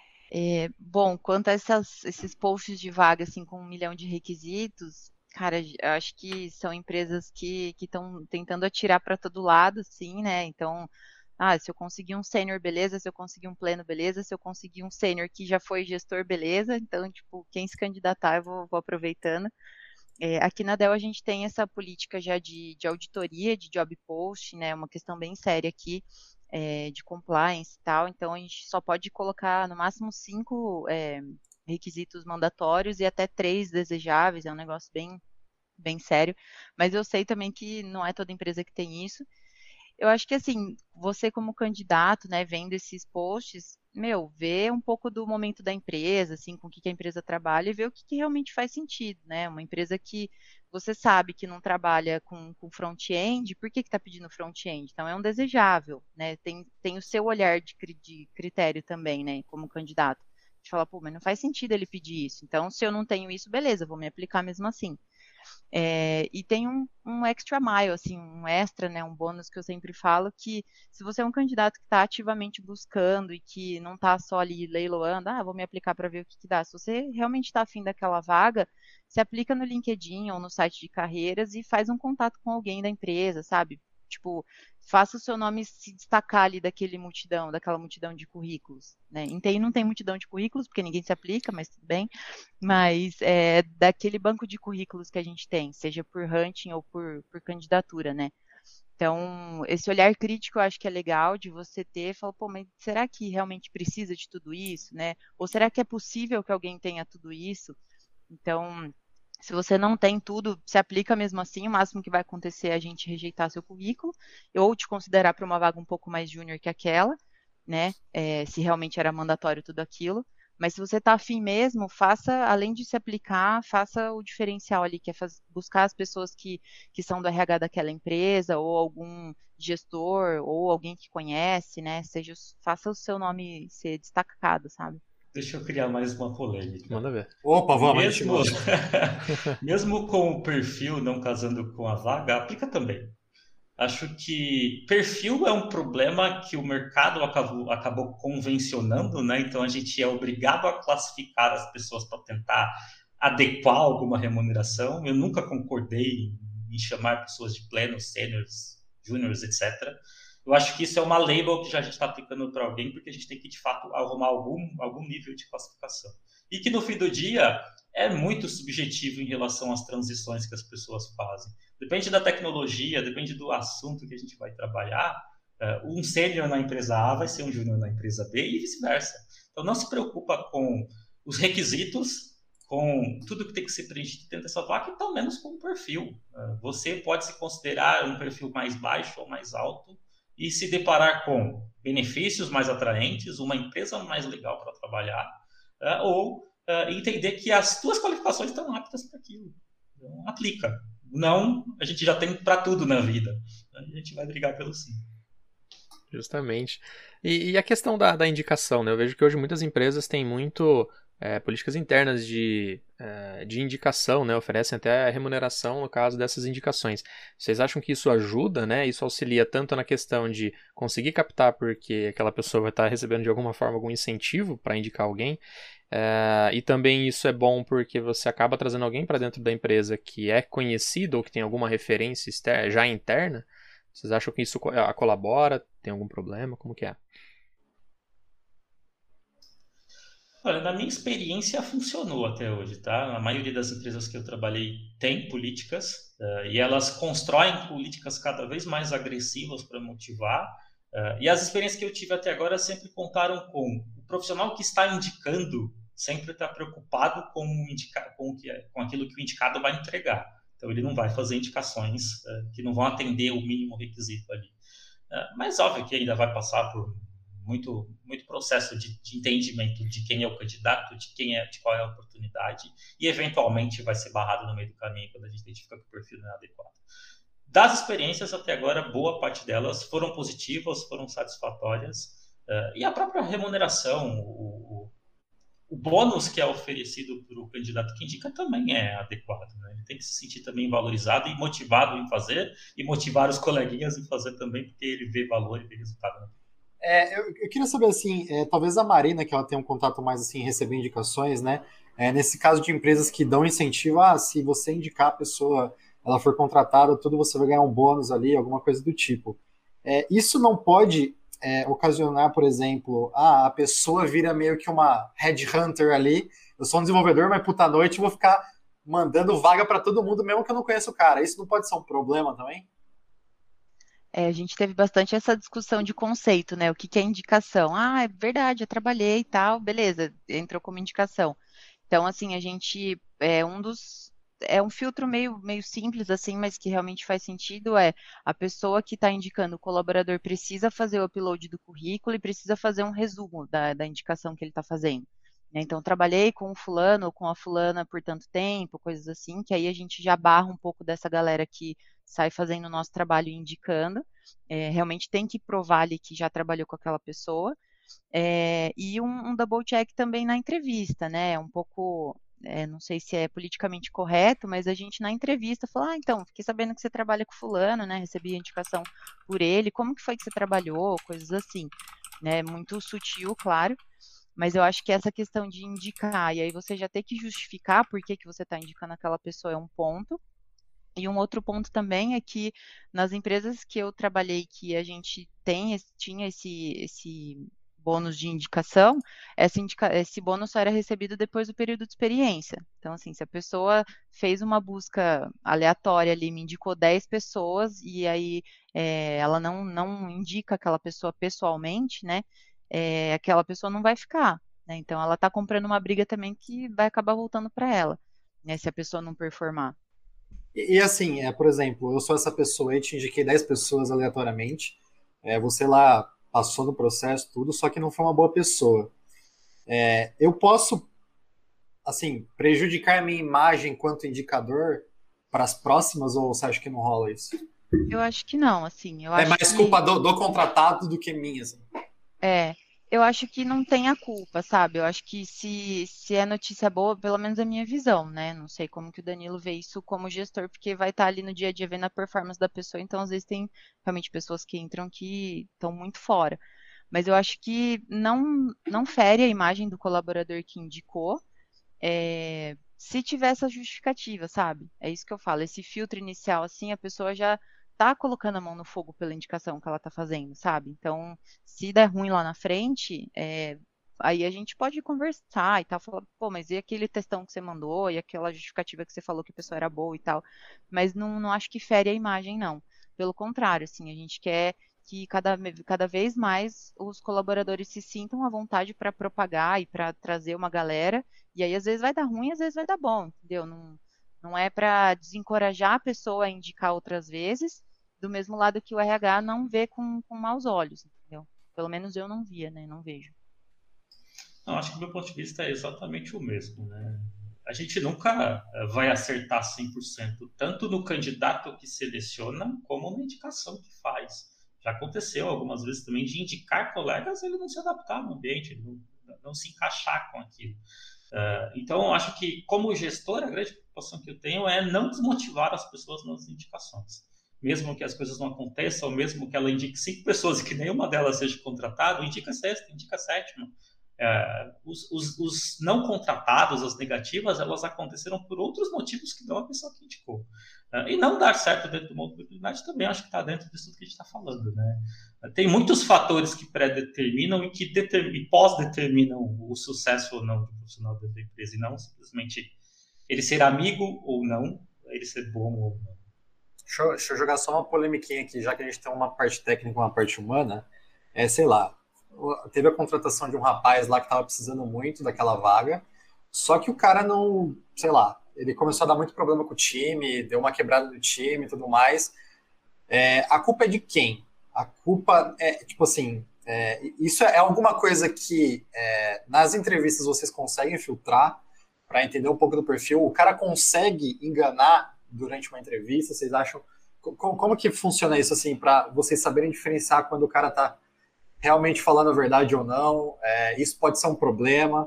Bom, quanto a esses posts de vaga assim, com 1 milhão de requisitos, cara, acho que são empresas que estão tentando atirar para todo lado, sim, né? Então, se eu conseguir um sênior, beleza. Se eu conseguir um pleno, beleza. Se eu conseguir um sênior que já foi gestor, beleza. Então, tipo, quem se candidatar, eu vou aproveitando. Aqui na Dell a gente tem essa política já de auditoria, de job post, né? Uma questão bem séria aqui, de compliance e tal. Então, a gente só pode colocar no máximo 5 requisitos mandatórios e até 3 desejáveis. É um negócio bem, bem sério. Mas eu sei também que não é toda empresa que tem isso. Eu acho que, assim, você como candidato, né, vendo esses posts, vê um pouco do momento da empresa, assim, com o que a empresa trabalha e vê o que realmente faz sentido, né? Uma empresa que você sabe que não trabalha com front-end, por que está pedindo front-end? Então, é um desejável, né? Tem o seu olhar de critério também, né, como candidato. De falar, pô, mas não faz sentido ele pedir isso. Então, se eu não tenho isso, beleza, vou me aplicar mesmo assim. E tem um extra mile, assim, um extra, né, um bônus que eu sempre falo, que se você é um candidato que está ativamente buscando e que não está só ali leiloando, vou me aplicar para ver o que dá. Se você realmente está afim daquela vaga, se aplica no LinkedIn ou no site de carreiras e faz um contato com alguém da empresa, sabe? Tipo, faça o seu nome se destacar ali daquela multidão de currículos, né? Em TI não tem multidão de currículos, porque ninguém se aplica, mas tudo bem. Mas daquele banco de currículos que a gente tem, seja por hunting ou por candidatura, né? Então, esse olhar crítico eu acho que é legal de você ter, falar, pô, mas será que realmente precisa de tudo isso, né? Ou será que é possível que alguém tenha tudo isso? Então, se você não tem tudo, se aplica mesmo assim, o máximo que vai acontecer é a gente rejeitar seu currículo ou te considerar para uma vaga um pouco mais júnior que aquela, né? Se realmente era mandatório tudo aquilo. Mas se você está afim mesmo, faça, além de se aplicar, faça o diferencial ali, que é buscar as pessoas que são do RH daquela empresa, ou algum gestor, ou alguém que conhece, né? Faça o seu nome ser destacado, sabe? Deixa eu criar mais uma polêmica. Manda ver. Opa, vamos, Mesmo, mesmo com o perfil não casando com a vaga, aplica também. Acho que perfil é um problema que o mercado acabou convencionando, né? Então a gente é obrigado a classificar as pessoas para tentar adequar alguma remuneração. Eu nunca concordei em chamar pessoas de plenos, sêniores, júniores, etc. Eu acho que isso é uma label que já a gente está aplicando para alguém, porque a gente tem que, de fato, arrumar algum nível de classificação. E que, no fim do dia, é muito subjetivo em relação às transições que as pessoas fazem. Depende da tecnologia, depende do assunto que a gente vai trabalhar. Um sênior na empresa A vai ser um júnior na empresa B e vice-versa. Então, não se preocupa com os requisitos, com tudo que tem que ser preenchido dentro dessa vaga, e tão menos com o perfil. Você pode se considerar um perfil mais baixo ou mais alto e se deparar com benefícios mais atraentes, uma empresa mais legal para trabalhar, ou entender que as tuas qualificações estão aptas para aquilo. Então, aplica. Não, a gente já tem para tudo na vida. A gente vai brigar pelo sim. Justamente. E a questão da indicação, né? Eu vejo que hoje muitas empresas têm muito políticas internas de indicação, né? Oferecem até remuneração no caso dessas indicações. Vocês acham que isso ajuda, né? Isso auxilia tanto na questão de conseguir captar porque aquela pessoa vai estar recebendo de alguma forma algum incentivo para indicar alguém, e também isso é bom porque você acaba trazendo alguém para dentro da empresa que é conhecido ou que tem alguma referência já interna. Vocês acham que isso colabora? Tem algum problema? Como que é? Olha, na minha experiência funcionou até hoje, tá? A maioria das empresas que eu trabalhei tem políticas e elas constroem políticas cada vez mais agressivas para motivar. E as experiências que eu tive até agora sempre contaram com o profissional que está indicando sempre está preocupado com aquilo que o indicado vai entregar. Então ele não vai fazer indicações que não vão atender o mínimo requisito ali. Mas óbvio que ainda vai passar por muito processo de entendimento de quem é o candidato, de qual é a oportunidade, e eventualmente vai ser barrado no meio do caminho quando a gente identifica que o perfil não é adequado. Das experiências até agora, boa parte delas foram positivas, foram satisfatórias, e a própria remuneração, o bônus que é oferecido para o candidato que indica também é adequado, né? Ele tem que se sentir também valorizado e motivado em fazer, e motivar os coleguinhas em fazer também, porque ele vê valor e vê resultado, né? Eu queria saber, assim, talvez a Marina, que ela tem um contato mais, assim, em receber indicações, né? Nesse caso de empresas que dão incentivo, se você indicar a pessoa, ela for contratada, tudo você vai ganhar um bônus ali, alguma coisa do tipo. Isso não pode ocasionar, por exemplo, a pessoa vira meio que uma headhunter ali, eu sou um desenvolvedor, mas puta noite vou ficar mandando vaga para todo mundo, mesmo que eu não conheça o cara. Isso não pode ser um problema também? A gente teve bastante essa discussão de conceito, né? O que é indicação? É verdade, eu trabalhei e tal, beleza, entrou como indicação. Então, assim, a gente é um filtro meio simples, assim, mas que realmente faz sentido a pessoa que está indicando o colaborador precisa fazer o upload do currículo e precisa fazer um resumo da indicação que ele está fazendo. Né? Então, trabalhei com o fulano ou com a fulana por tanto tempo, coisas assim, que aí a gente já barra um pouco dessa galera que sai fazendo o nosso trabalho e indicando. Realmente tem que provar ali que já trabalhou com aquela pessoa. E um double check também na entrevista, né? Um pouco, não sei se é politicamente correto, mas a gente na entrevista fala, então, fiquei sabendo que você trabalha com fulano, né? Recebi a indicação por ele, como que foi que você trabalhou? Coisas assim, né? Muito sutil, claro. Mas eu acho que essa questão de indicar, e aí você já ter que justificar por que você está indicando aquela pessoa é um ponto. E um outro ponto também é que nas empresas que eu trabalhei que a gente tinha esse bônus de indicação, esse bônus só era recebido depois do período de experiência. Então, assim, se a pessoa fez uma busca aleatória ali, me indicou 10 pessoas e aí ela não indica aquela pessoa pessoalmente, né? Aquela pessoa não vai ficar. Né? Então, ela está comprando uma briga também que vai acabar voltando para ela, né? Se a pessoa não performar. E assim, por exemplo, eu sou essa pessoa e te indiquei 10 pessoas aleatoriamente. Você lá passou no processo, tudo, só que não foi uma boa pessoa. Eu posso, assim, prejudicar a minha imagem enquanto indicador para as próximas, ou você acha que não rola isso? Eu acho que não, assim. É mais culpa do contratado do que minha, assim. Eu acho que não tem a culpa, sabe? Eu acho que se é notícia boa, pelo menos a minha visão, né? Não sei como que o Danilo vê isso como gestor, porque vai estar ali no dia a dia vendo a performance da pessoa, então às vezes tem realmente pessoas que entram que estão muito fora. Mas eu acho que não fere a imagem do colaborador que indicou, se tiver essa justificativa, sabe? É isso que eu falo. Esse filtro inicial, assim, a pessoa já tá colocando a mão no fogo pela indicação que ela tá fazendo, sabe? Então, se der ruim lá na frente, aí a gente pode conversar e tal, falar, pô, mas e aquele textão que você mandou, e aquela justificativa que você falou que a pessoa era boa e tal. Mas não acho que fere a imagem, não. Pelo contrário, assim, a gente quer que cada vez mais os colaboradores se sintam à vontade para propagar e para trazer uma galera. E aí, às vezes, vai dar ruim, às vezes vai dar bom, entendeu? Não é para desencorajar a pessoa a indicar outras vezes, do mesmo lado que o RH não vê com maus olhos, entendeu? Pelo menos eu não via, né? Não vejo. Não, acho que o meu ponto de vista é exatamente o mesmo, né? A gente nunca vai acertar 100%, tanto no candidato que seleciona, como na indicação que faz. Já aconteceu algumas vezes também de indicar colegas e ele não se adaptar no ambiente, ele não se encaixar com aquilo. Então, eu acho que, como gestor, a grande preocupação que eu tenho é não desmotivar as pessoas nas indicações. Mesmo que as coisas não aconteçam, mesmo que ela indique 5 pessoas e que nenhuma delas seja contratada, indica sexta, indica sétima. Os não contratados, as negativas, elas aconteceram por outros motivos que não a pessoa que indicou. E não dar certo dentro de uma oportunidade também acho que está dentro disso que a gente está falando, né? Tem muitos fatores que pré-determinam e que pós-determinam o sucesso ou não do profissional dentro da empresa, e não simplesmente ele ser amigo ou não, ele ser bom ou não. Deixa eu jogar só uma polemiquinha aqui, já que a gente tem uma parte técnica e uma parte humana. Sei lá, teve a contratação de um rapaz lá que estava precisando muito daquela vaga, só que o cara não, sei lá, ele começou a dar muito problema com o time, deu uma quebrada no time e tudo mais. A culpa é de quem? A culpa é, tipo assim, isso é alguma coisa que nas entrevistas vocês conseguem filtrar para entender um pouco do perfil? O cara consegue enganar durante uma entrevista? Vocês acham? Como que funciona isso, assim, para vocês saberem diferenciar quando o cara está realmente falando a verdade ou não? Isso pode ser um problema?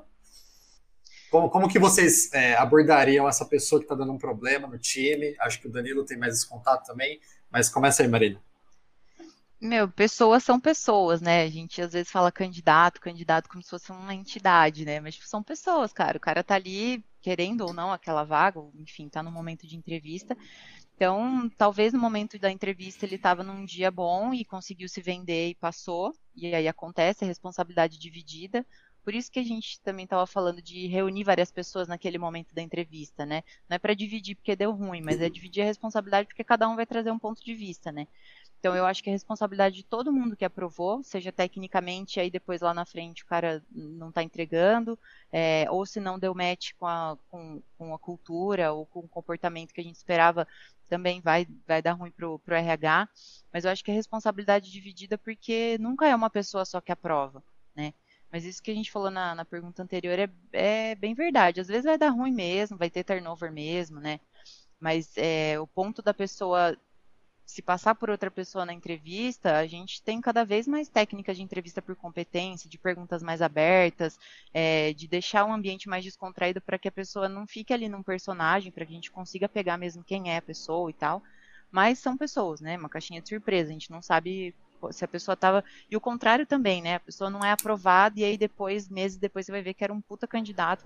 Como que vocês abordariam essa pessoa que está dando um problema no time? Acho que o Danilo tem mais esse contato também, mas começa aí, Marina. Meu, pessoas são pessoas, né? A gente às vezes fala candidato como se fosse uma entidade, né? Mas tipo, são pessoas, cara. O cara tá ali querendo ou não aquela vaga, ou, enfim, tá no momento de entrevista. Então, talvez no momento da entrevista ele estava num dia bom e conseguiu se vender e passou, e aí acontece a responsabilidade dividida. Por isso que a gente também estava falando de reunir várias pessoas naquele momento da entrevista, né? Não é para dividir porque deu ruim, mas é dividir a responsabilidade porque cada um vai trazer um ponto de vista, né? Então, eu acho que a responsabilidade de todo mundo que aprovou, seja tecnicamente, aí depois lá na frente o cara não está entregando, ou se não deu match com a cultura ou com o comportamento que a gente esperava, também vai dar ruim pro RH. Mas eu acho que a responsabilidade é dividida porque nunca é uma pessoa só que aprova, né? Mas isso que a gente falou na pergunta anterior é bem verdade. Às vezes vai dar ruim mesmo, vai ter turnover mesmo, né? Mas o ponto da pessoa se passar por outra pessoa na entrevista, a gente tem cada vez mais técnicas de entrevista por competência, de perguntas mais abertas, de deixar um ambiente mais descontraído para que a pessoa não fique ali num personagem, para que a gente consiga pegar mesmo quem é a pessoa e tal. Mas são pessoas, né? Uma caixinha de surpresa, a gente não sabe se a pessoa estava. E o contrário também, né? A pessoa não é aprovada e aí depois, meses depois, você vai ver que era um puta candidato,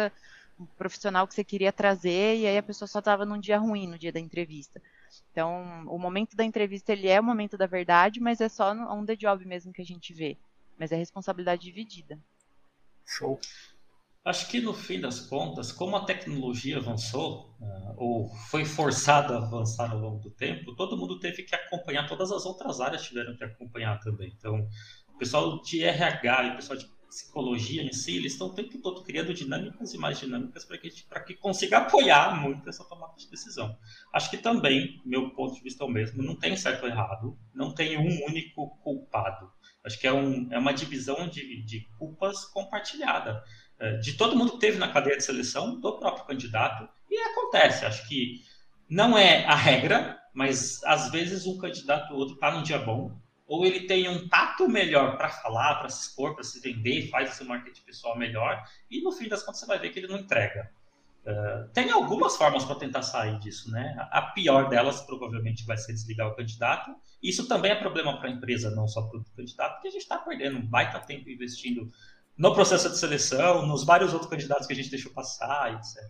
um profissional que você queria trazer, e aí a pessoa só estava num dia ruim, no dia da entrevista. Então, o momento da entrevista, ele é o momento da verdade, mas é só on the job mesmo que a gente vê. Mas é responsabilidade dividida. Show. Acho que no fim das contas, como a tecnologia avançou, ou foi forçada a avançar ao longo do tempo, todo mundo teve que acompanhar, todas as outras áreas tiveram que acompanhar também. Então, o pessoal de RH e o pessoal de psicologia em si, eles estão o tempo todo criando dinâmicas e mais dinâmicas para que consiga apoiar muito essa tomada de decisão. Acho que também, meu ponto de vista é o mesmo, não tem certo ou errado, não tem um único culpado. Acho que é uma divisão de culpas compartilhada. De todo mundo que teve na cadeia de seleção, do próprio candidato, e acontece, acho que não é a regra, mas às vezes um candidato ou outro está num dia bom, ou ele tem um tato melhor para falar, para se expor, para se vender, faz esse marketing pessoal melhor, e no fim das contas você vai ver que ele não entrega. Tem algumas formas para tentar sair disso, né? A pior delas provavelmente vai ser desligar o candidato. Isso também é problema para a empresa, não só para o candidato, porque a gente está perdendo um baita tempo investindo no processo de seleção, nos vários outros candidatos que a gente deixou passar, etc.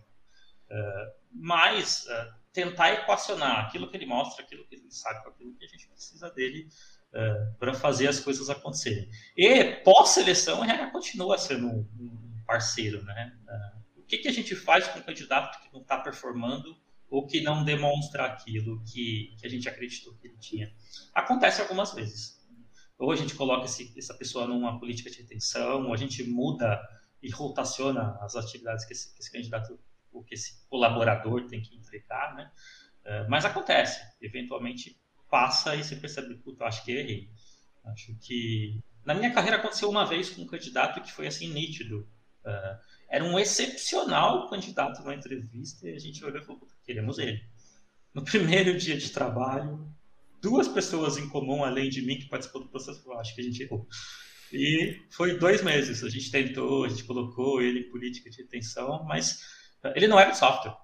Mas tentar equacionar aquilo que ele mostra, aquilo que ele sabe, com aquilo que a gente precisa dele para fazer as coisas acontecerem. E pós-seleção, a RH continua sendo um parceiro, né? O que a gente faz com um candidato que não está performando ou que não demonstra aquilo que a gente acreditou que ele tinha? Acontece algumas vezes. Ou a gente coloca essa pessoa numa política de retenção, ou a gente muda e rotaciona as atividades que esse candidato ou que esse colaborador tem que entregar, né? Mas acontece. Eventualmente passa e você percebe, puta, eu acho que eu errei. Acho que... Na minha carreira aconteceu uma vez com um candidato que foi assim nítido. Era um excepcional candidato na entrevista e a gente olhou e falou, queremos ele. No primeiro dia de trabalho, 2 pessoas em comum, além de mim, que participou do processo, falaram, acho que a gente errou. E foi 2 meses. A gente tentou, a gente colocou ele em política de retenção, mas ele não era de software.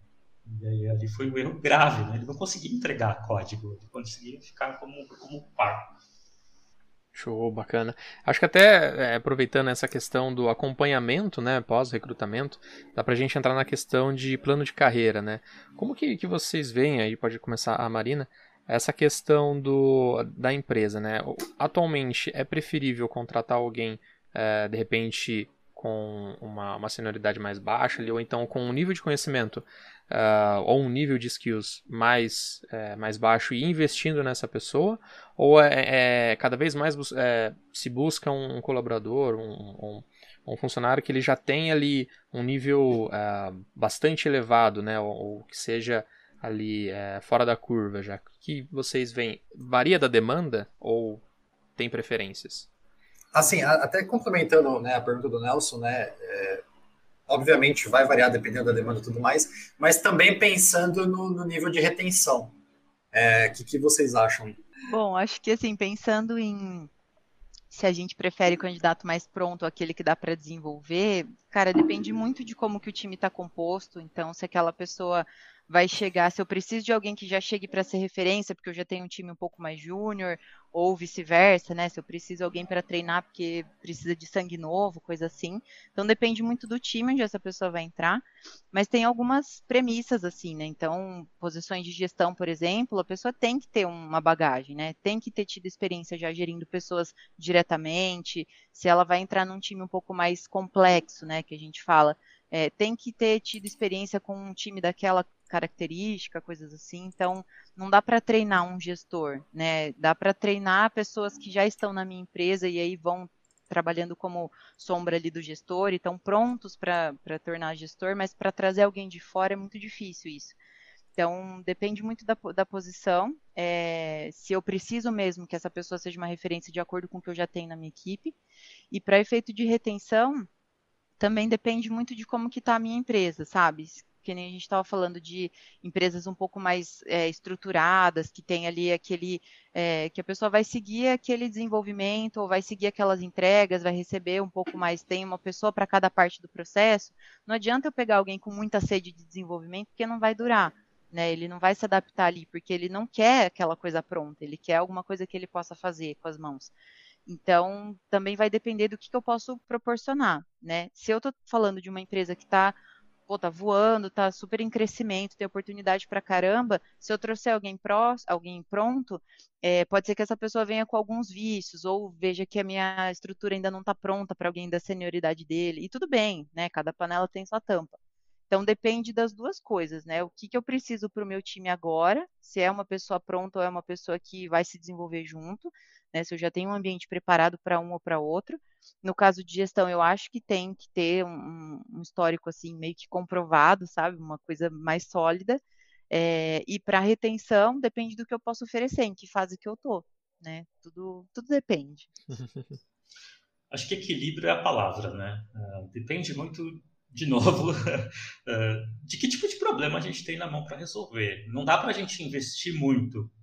E aí ali foi um erro grave, né? Ele não conseguia entregar código, ele conseguia ficar como par. Show, bacana. Acho que até aproveitando essa questão do acompanhamento, né, pós-recrutamento, dá pra gente entrar na questão de plano de carreira, né? Como que vocês veem aí, pode começar a Marina, essa questão da empresa, né? Atualmente é preferível contratar alguém, de repente, com uma senioridade mais baixa, ou então com um nível de conhecimento ou um nível de skills mais baixo e investindo nessa pessoa, ou cada vez mais se busca um colaborador, um funcionário que ele já tem ali um nível bastante elevado, né, ou que seja ali fora da curva já. O que vocês veem? Varia da demanda ou tem preferências? Assim, até complementando, né, a pergunta do Nelson, né, obviamente vai variar dependendo da demanda e tudo mais, mas também pensando no nível de retenção. O que vocês acham? Bom, acho que assim, pensando em se a gente prefere o candidato mais pronto, aquele que dá para desenvolver, cara, depende muito de como que o time está composto. Então, se aquela pessoa vai chegar, se eu preciso de alguém que já chegue para ser referência, porque eu já tenho um time um pouco mais júnior, ou vice-versa, né? Se eu preciso de alguém para treinar porque precisa de sangue novo, coisa assim. Então, depende muito do time onde essa pessoa vai entrar. Mas tem algumas premissas, assim, né? Então, posições de gestão, por exemplo, a pessoa tem que ter uma bagagem, né? Tem que ter tido experiência já gerindo pessoas diretamente. Se ela vai entrar num time um pouco mais complexo, né? Que a gente fala, tem que ter tido experiência com um time daquela característica, coisas assim. Então, não dá para treinar um gestor, né? Dá para treinar pessoas que já estão na minha empresa e aí vão trabalhando como sombra ali do gestor e estão prontos para tornar gestor, mas para trazer alguém de fora é muito difícil isso. Então, depende muito da posição. Se eu preciso mesmo que essa pessoa seja uma referência de acordo com o que eu já tenho na minha equipe. E para efeito de retenção, também depende muito de como que está a minha empresa, sabe? Que nem a gente estava falando de empresas um pouco mais estruturadas, que tem ali que a pessoa vai seguir aquele desenvolvimento, ou vai seguir aquelas entregas, vai receber um pouco mais, tem uma pessoa para cada parte do processo. Não adianta eu pegar alguém com muita sede de desenvolvimento, porque não vai durar, né? Ele não vai se adaptar ali, porque ele não quer aquela coisa pronta, ele quer alguma coisa que ele possa fazer com as mãos. Então, também vai depender do que eu posso proporcionar, né? Se eu estou falando de uma empresa que está voando, está super em crescimento, tem oportunidade para caramba, se eu trouxer alguém pronto, pode ser que essa pessoa venha com alguns vícios, ou veja que a minha estrutura ainda não está pronta para alguém da senioridade dele, e tudo bem, né? Cada panela tem sua tampa. Então, depende das duas coisas, né? O que eu preciso para o meu time agora, se é uma pessoa pronta ou é uma pessoa que vai se desenvolver junto, né? Se eu já tenho um ambiente preparado para um ou para outro. No caso de gestão, eu acho que tem que ter um histórico, assim, meio que comprovado, sabe? Uma coisa mais sólida. E para retenção, depende do que eu posso oferecer, em que fase que eu tô, né? Tudo depende. Acho que equilíbrio é a palavra, né? Depende muito, de novo, de que tipo de problema a gente tem na mão para resolver. Não dá para a gente investir muito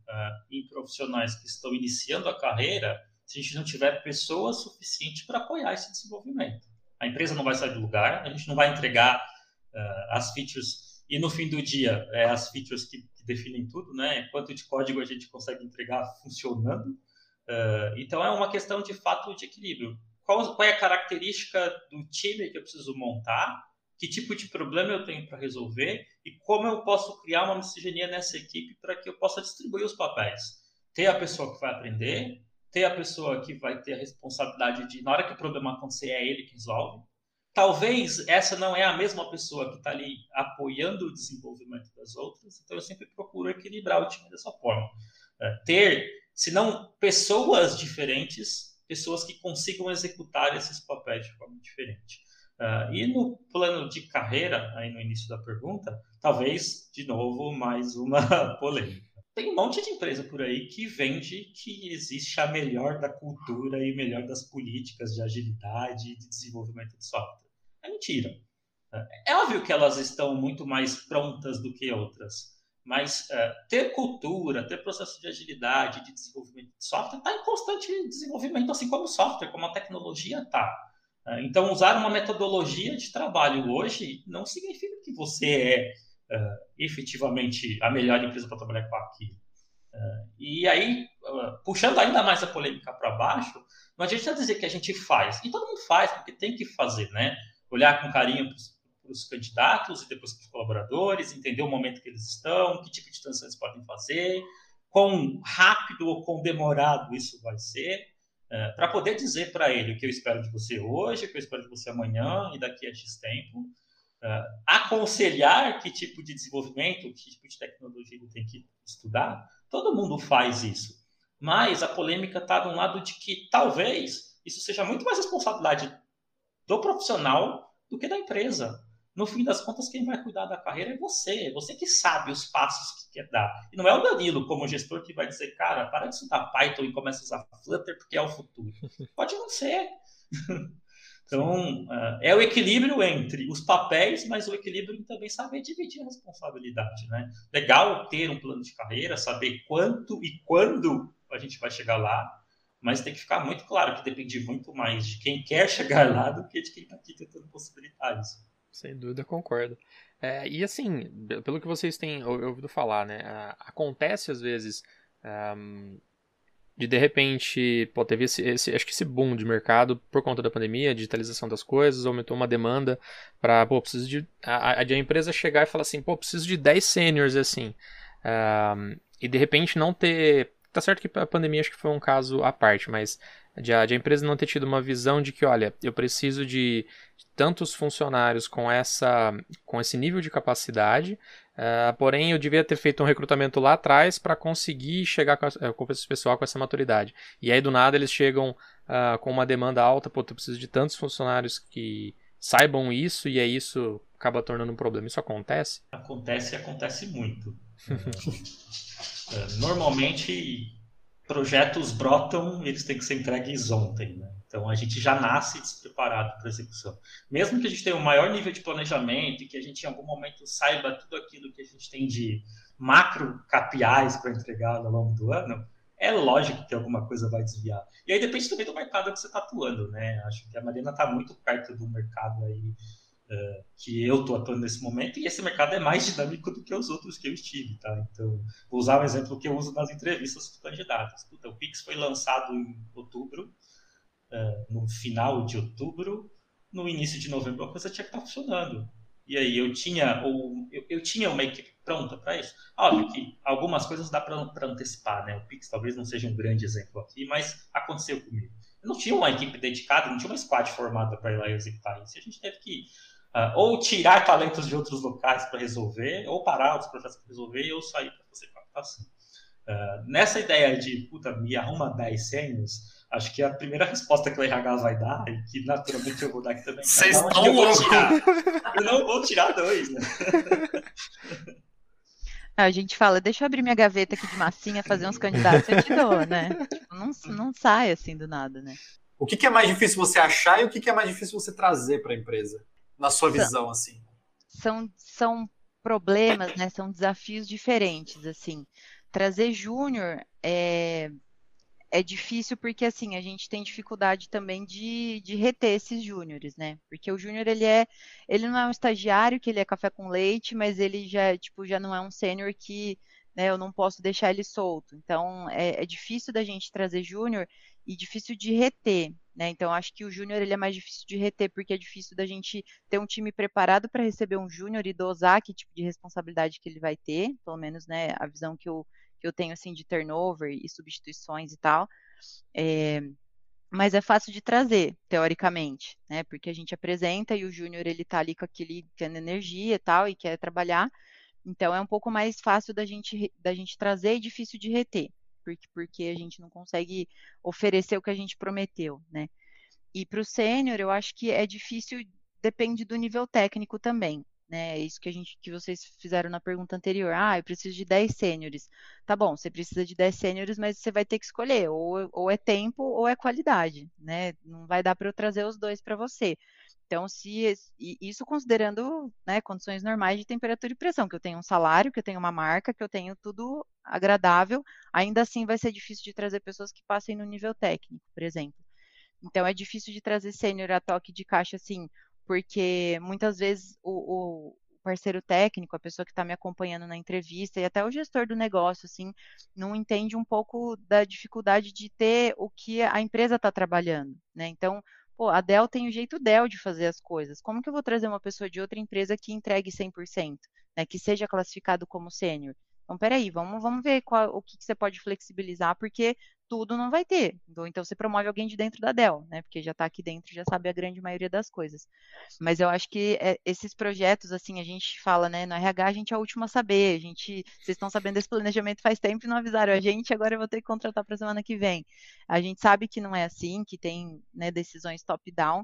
em profissionais que estão iniciando a carreira se a gente não tiver pessoas suficientes para apoiar esse desenvolvimento. A empresa não vai sair do lugar, a gente não vai entregar as features e no fim do dia as features que definem tudo, né? Quanto de código a gente consegue entregar funcionando. Então é uma questão de fato de equilíbrio. Qual é a característica do time que eu preciso montar? Que tipo de problema eu tenho para resolver e como eu posso criar uma miscigenia nessa equipe para que eu possa distribuir os papéis. Ter a pessoa que vai aprender, ter a pessoa que vai ter a responsabilidade de, na hora que o problema acontecer, é ele que resolve. Talvez essa não é a mesma pessoa que está ali apoiando o desenvolvimento das outras, então eu sempre procuro equilibrar o time dessa forma. Ter, se não pessoas diferentes, pessoas que consigam executar esses papéis de forma diferente. E no plano de carreira, aí no início da pergunta, talvez, de novo, mais uma polêmica. Tem um monte de empresa por aí que vende que existe a melhor da cultura e melhor das políticas de agilidade e de desenvolvimento de software. É mentira. É óbvio que elas estão muito mais prontas do que outras, mas ter cultura, ter processo de agilidade, de desenvolvimento de software, está em constante desenvolvimento, assim como o software, como a tecnologia está. Então, usar uma metodologia de trabalho hoje não significa que você é efetivamente a melhor empresa para trabalhar com aquilo. E aí, puxando ainda mais a polêmica para baixo, não adianta dizer que a gente faz. E todo mundo faz, porque tem que fazer, né? Olhar com carinho para os candidatos e depois para os colaboradores, entender o momento que eles estão, que tipo de transição eles podem fazer, quão rápido ou quão demorado isso vai ser, para poder dizer para ele o que eu espero de você hoje, o que eu espero de você amanhã e daqui a X tempo, aconselhar que tipo de desenvolvimento, que tipo de tecnologia ele tem que estudar. Todo mundo faz isso, mas a polêmica está de um lado de que talvez isso seja muito mais responsabilidade do profissional do que da empresa. No fim das contas, quem vai cuidar da carreira é você que sabe os passos que quer dar. E não é o Danilo, como gestor, que vai dizer, cara, para de estudar Python e começa a usar Flutter porque é o futuro. Pode não ser. Então, é o equilíbrio entre os papéis, mas o equilíbrio em também saber dividir a responsabilidade, né? Legal ter um plano de carreira, saber quanto e quando a gente vai chegar lá, mas tem que ficar muito claro que depende muito mais de quem quer chegar lá do que de quem está aqui tentando possibilitar isso. Sem dúvida, concordo. E assim, pelo que vocês têm ouvido falar, né? Acontece às vezes de repente, teve acho que esse boom de mercado por conta da pandemia, a digitalização das coisas, aumentou uma demanda para, preciso de... A empresa chegar e falar assim, preciso de 10 seniors, assim. E de repente não ter... Tá certo que a pandemia acho que foi um caso à parte, mas de a empresa não ter tido uma visão de que, olha, eu preciso de tantos funcionários com esse nível de capacidade, porém eu devia ter feito um recrutamento lá atrás para conseguir chegar com esse pessoal com essa maturidade. E aí do nada eles chegam com uma demanda alta, eu preciso de tantos funcionários que saibam isso, e aí isso acaba tornando um problema. Isso acontece? Acontece muito. Normalmente projetos brotam e eles têm que ser entregues ontem, né? Então a gente já nasce despreparado para execução. Mesmo que a gente tenha um maior nível de planejamento e que a gente em algum momento saiba tudo aquilo que a gente tem de macro KPIs para entregar ao longo do ano, é lógico que alguma coisa vai desviar. E aí depende também do mercado que você está atuando, né? Acho que a Mariana está muito perto do mercado aí que eu estou atuando nesse momento, e esse mercado é mais dinâmico do que os outros que eu estive, tá? Então, vou usar um exemplo que eu uso nas entrevistas dos candidatos. O Pix foi lançado em outubro, no final de outubro, no início de novembro a coisa tinha que estar funcionando. E aí eu tinha uma equipe pronta para isso. Óbvio que algumas coisas dá para antecipar, né? O Pix talvez não seja um grande exemplo aqui, mas aconteceu comigo. Eu não tinha uma equipe dedicada, não tinha uma squad formada para ir lá e executar isso. A gente teve que ou tirar talentos de outros locais para resolver, ou parar os projetos para resolver, ou sair para fazer captação. Nessa ideia de, me arruma 10 sênios, acho que a primeira resposta que o RH vai dar, e que naturalmente eu vou dar aqui também, vocês estão loucos! Eu não vou tirar 2, né? A gente fala, deixa eu abrir minha gaveta aqui de massinha, fazer uns candidatos, eu te dou, né? Não sai assim do nada, né? O que é mais difícil você achar e o que é mais difícil você trazer para a empresa? Na sua visão, assim. São problemas, né? São desafios diferentes, assim. trazer júnior é difícil porque, assim, a gente tem dificuldade também de reter esses júniores, né? Porque o júnior, ele não é um estagiário, que ele é café com leite, mas ele já, tipo, já não é um sênior que, né, eu não posso deixar ele solto. Então, é difícil da gente trazer júnior e difícil de reter, né? Então, acho que o júnior, ele é mais difícil de reter, porque é difícil da gente ter um time preparado para receber um júnior e dosar que tipo de responsabilidade que ele vai ter, pelo menos, né, a visão que eu tenho, assim, de turnover e substituições e tal. Mas é fácil de trazer, teoricamente, né? Porque a gente apresenta e o júnior, ele tá ali com aquele, tendo energia e tal, e quer trabalhar. Então, é um pouco mais fácil da gente trazer e difícil de reter, porque a gente não consegue oferecer o que a gente prometeu, né? E para o sênior, eu acho que é difícil, depende do nível técnico também, né? É isso que vocês fizeram na pergunta anterior. Ah, eu preciso de 10 sêniores. Tá bom, você precisa de 10 sêniores, mas você vai ter que escolher, ou é tempo ou é qualidade, né? Não vai dar para eu trazer os dois para você. Então, isso considerando, né, condições normais de temperatura e pressão, que eu tenho um salário, que eu tenho uma marca, que eu tenho tudo agradável, ainda assim vai ser difícil de trazer pessoas que passem no nível técnico, por exemplo. Então é difícil de trazer sênior a toque de caixa, assim, porque muitas vezes o parceiro técnico, a pessoa que está me acompanhando na entrevista e até o gestor do negócio, assim, não entende um pouco da dificuldade de ter o que a empresa está trabalhando, né? Então, pô, a Dell tem o jeito Dell de fazer as coisas. Como que eu vou trazer uma pessoa de outra empresa que entregue 100%, né? Que seja classificado como sênior? Então, peraí, vamos ver o que você pode flexibilizar, porque tudo não vai ter. Então você promove alguém de dentro da Dell, né? Porque já está aqui dentro, já sabe a grande maioria das coisas. Mas eu acho que esses projetos, assim, a gente fala, né? No RH a gente é o último a saber. Vocês estão sabendo desse planejamento faz tempo e não avisaram a gente, agora eu vou ter que contratar para a semana que vem. A gente sabe que não é assim, que tem, né, decisões top-down.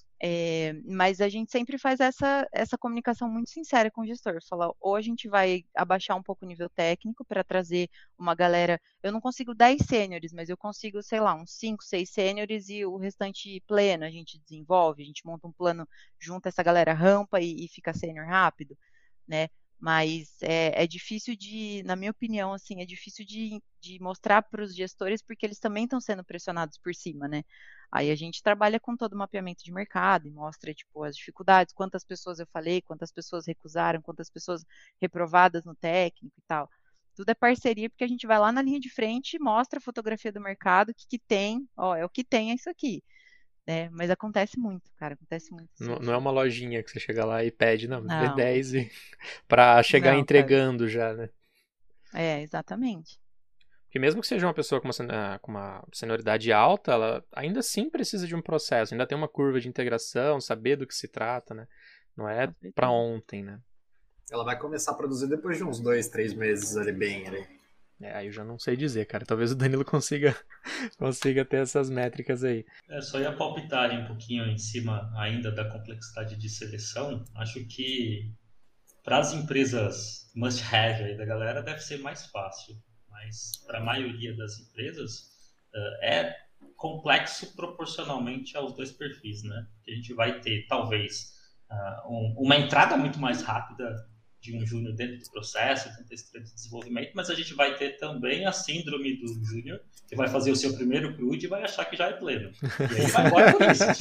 Mas a gente sempre faz essa comunicação muito sincera com o gestor. Fala, ou a gente vai abaixar um pouco o nível técnico para trazer uma galera. Eu não consigo 10 sêniores, mas eu consigo, sei lá, uns 5, 6 sêniores e o restante pleno. A gente desenvolve, a gente monta um plano, junta essa galera rampa e fica sênior rápido, né? Mas é difícil na minha opinião, assim, é difícil de mostrar para os gestores porque eles também estão sendo pressionados por cima, né? Aí a gente trabalha com todo o mapeamento de mercado e mostra, tipo, as dificuldades, quantas pessoas eu falei, quantas pessoas recusaram, quantas pessoas reprovadas no técnico e tal. Tudo é parceria, porque a gente vai lá na linha de frente, mostra a fotografia do mercado, o que tem, ó, é o que tem, é isso aqui, né? Mas acontece muito, cara, acontece muito. Não, Assim, não é uma lojinha que você chega lá e pede, não, me vê Não, 10 pra chegar não, cara. entregando já, né? Exatamente. Porque mesmo que seja uma pessoa com uma senioridade alta, ela ainda assim precisa de um processo, ainda tem uma curva de integração, saber do que se trata, né? Não é Com pra certeza. ontem, né? Ela vai começar a produzir depois de uns 2, 3 meses ali bem ali. Aí eu já não sei dizer, cara. Talvez o Danilo consiga ter essas métricas aí. Só ia palpitar um pouquinho em cima ainda da complexidade de seleção. Acho que para as empresas must-have aí da galera deve ser mais fácil, mas para a maioria das empresas é complexo proporcionalmente aos dois perfis, né? Porque a gente vai ter talvez uma entrada muito mais rápida de um júnior dentro do processo, dentro desse de desenvolvimento, mas a gente vai ter também a síndrome do júnior, que vai fazer o seu primeiro CRUD e vai achar que já é pleno. E aí vai embora por isso.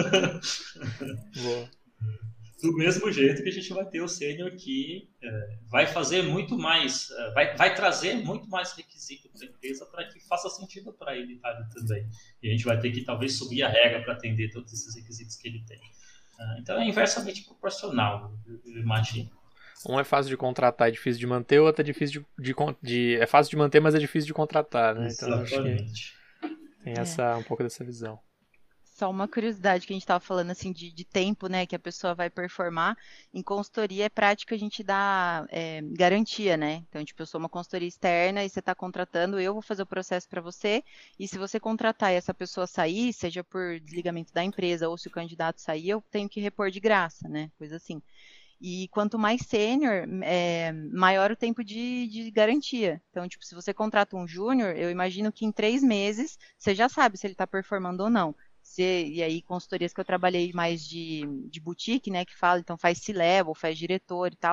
Boa. Do mesmo jeito que a gente vai ter o sênior que vai fazer muito mais, vai trazer muito mais requisito para a empresa para que faça sentido para ele estar ali também. E a gente vai ter que talvez subir a regra para atender todos esses requisitos que ele tem. Então é inversamente proporcional, eu imagino. Um é fácil de contratar e difícil de manter, o outro é difícil é fácil de manter, mas é difícil de contratar, né? Então acho que tem um pouco dessa visão. Só uma curiosidade que a gente estava falando assim de tempo, né, que a pessoa vai performar. Em consultoria é prática a gente dá garantia, né? Então, tipo, eu sou uma consultoria externa e você está contratando, eu vou fazer o processo para você. E se você contratar e essa pessoa sair, seja por desligamento da empresa ou se o candidato sair, eu tenho que repor de graça, né? Coisa assim. E quanto mais sênior, maior o tempo de garantia. Então, tipo, se você contrata um júnior, eu imagino que em 3 meses você já sabe se ele está performando ou não. E aí, consultorias que eu trabalhei mais de boutique, né, que fala, então faz C-level, faz diretor e tal,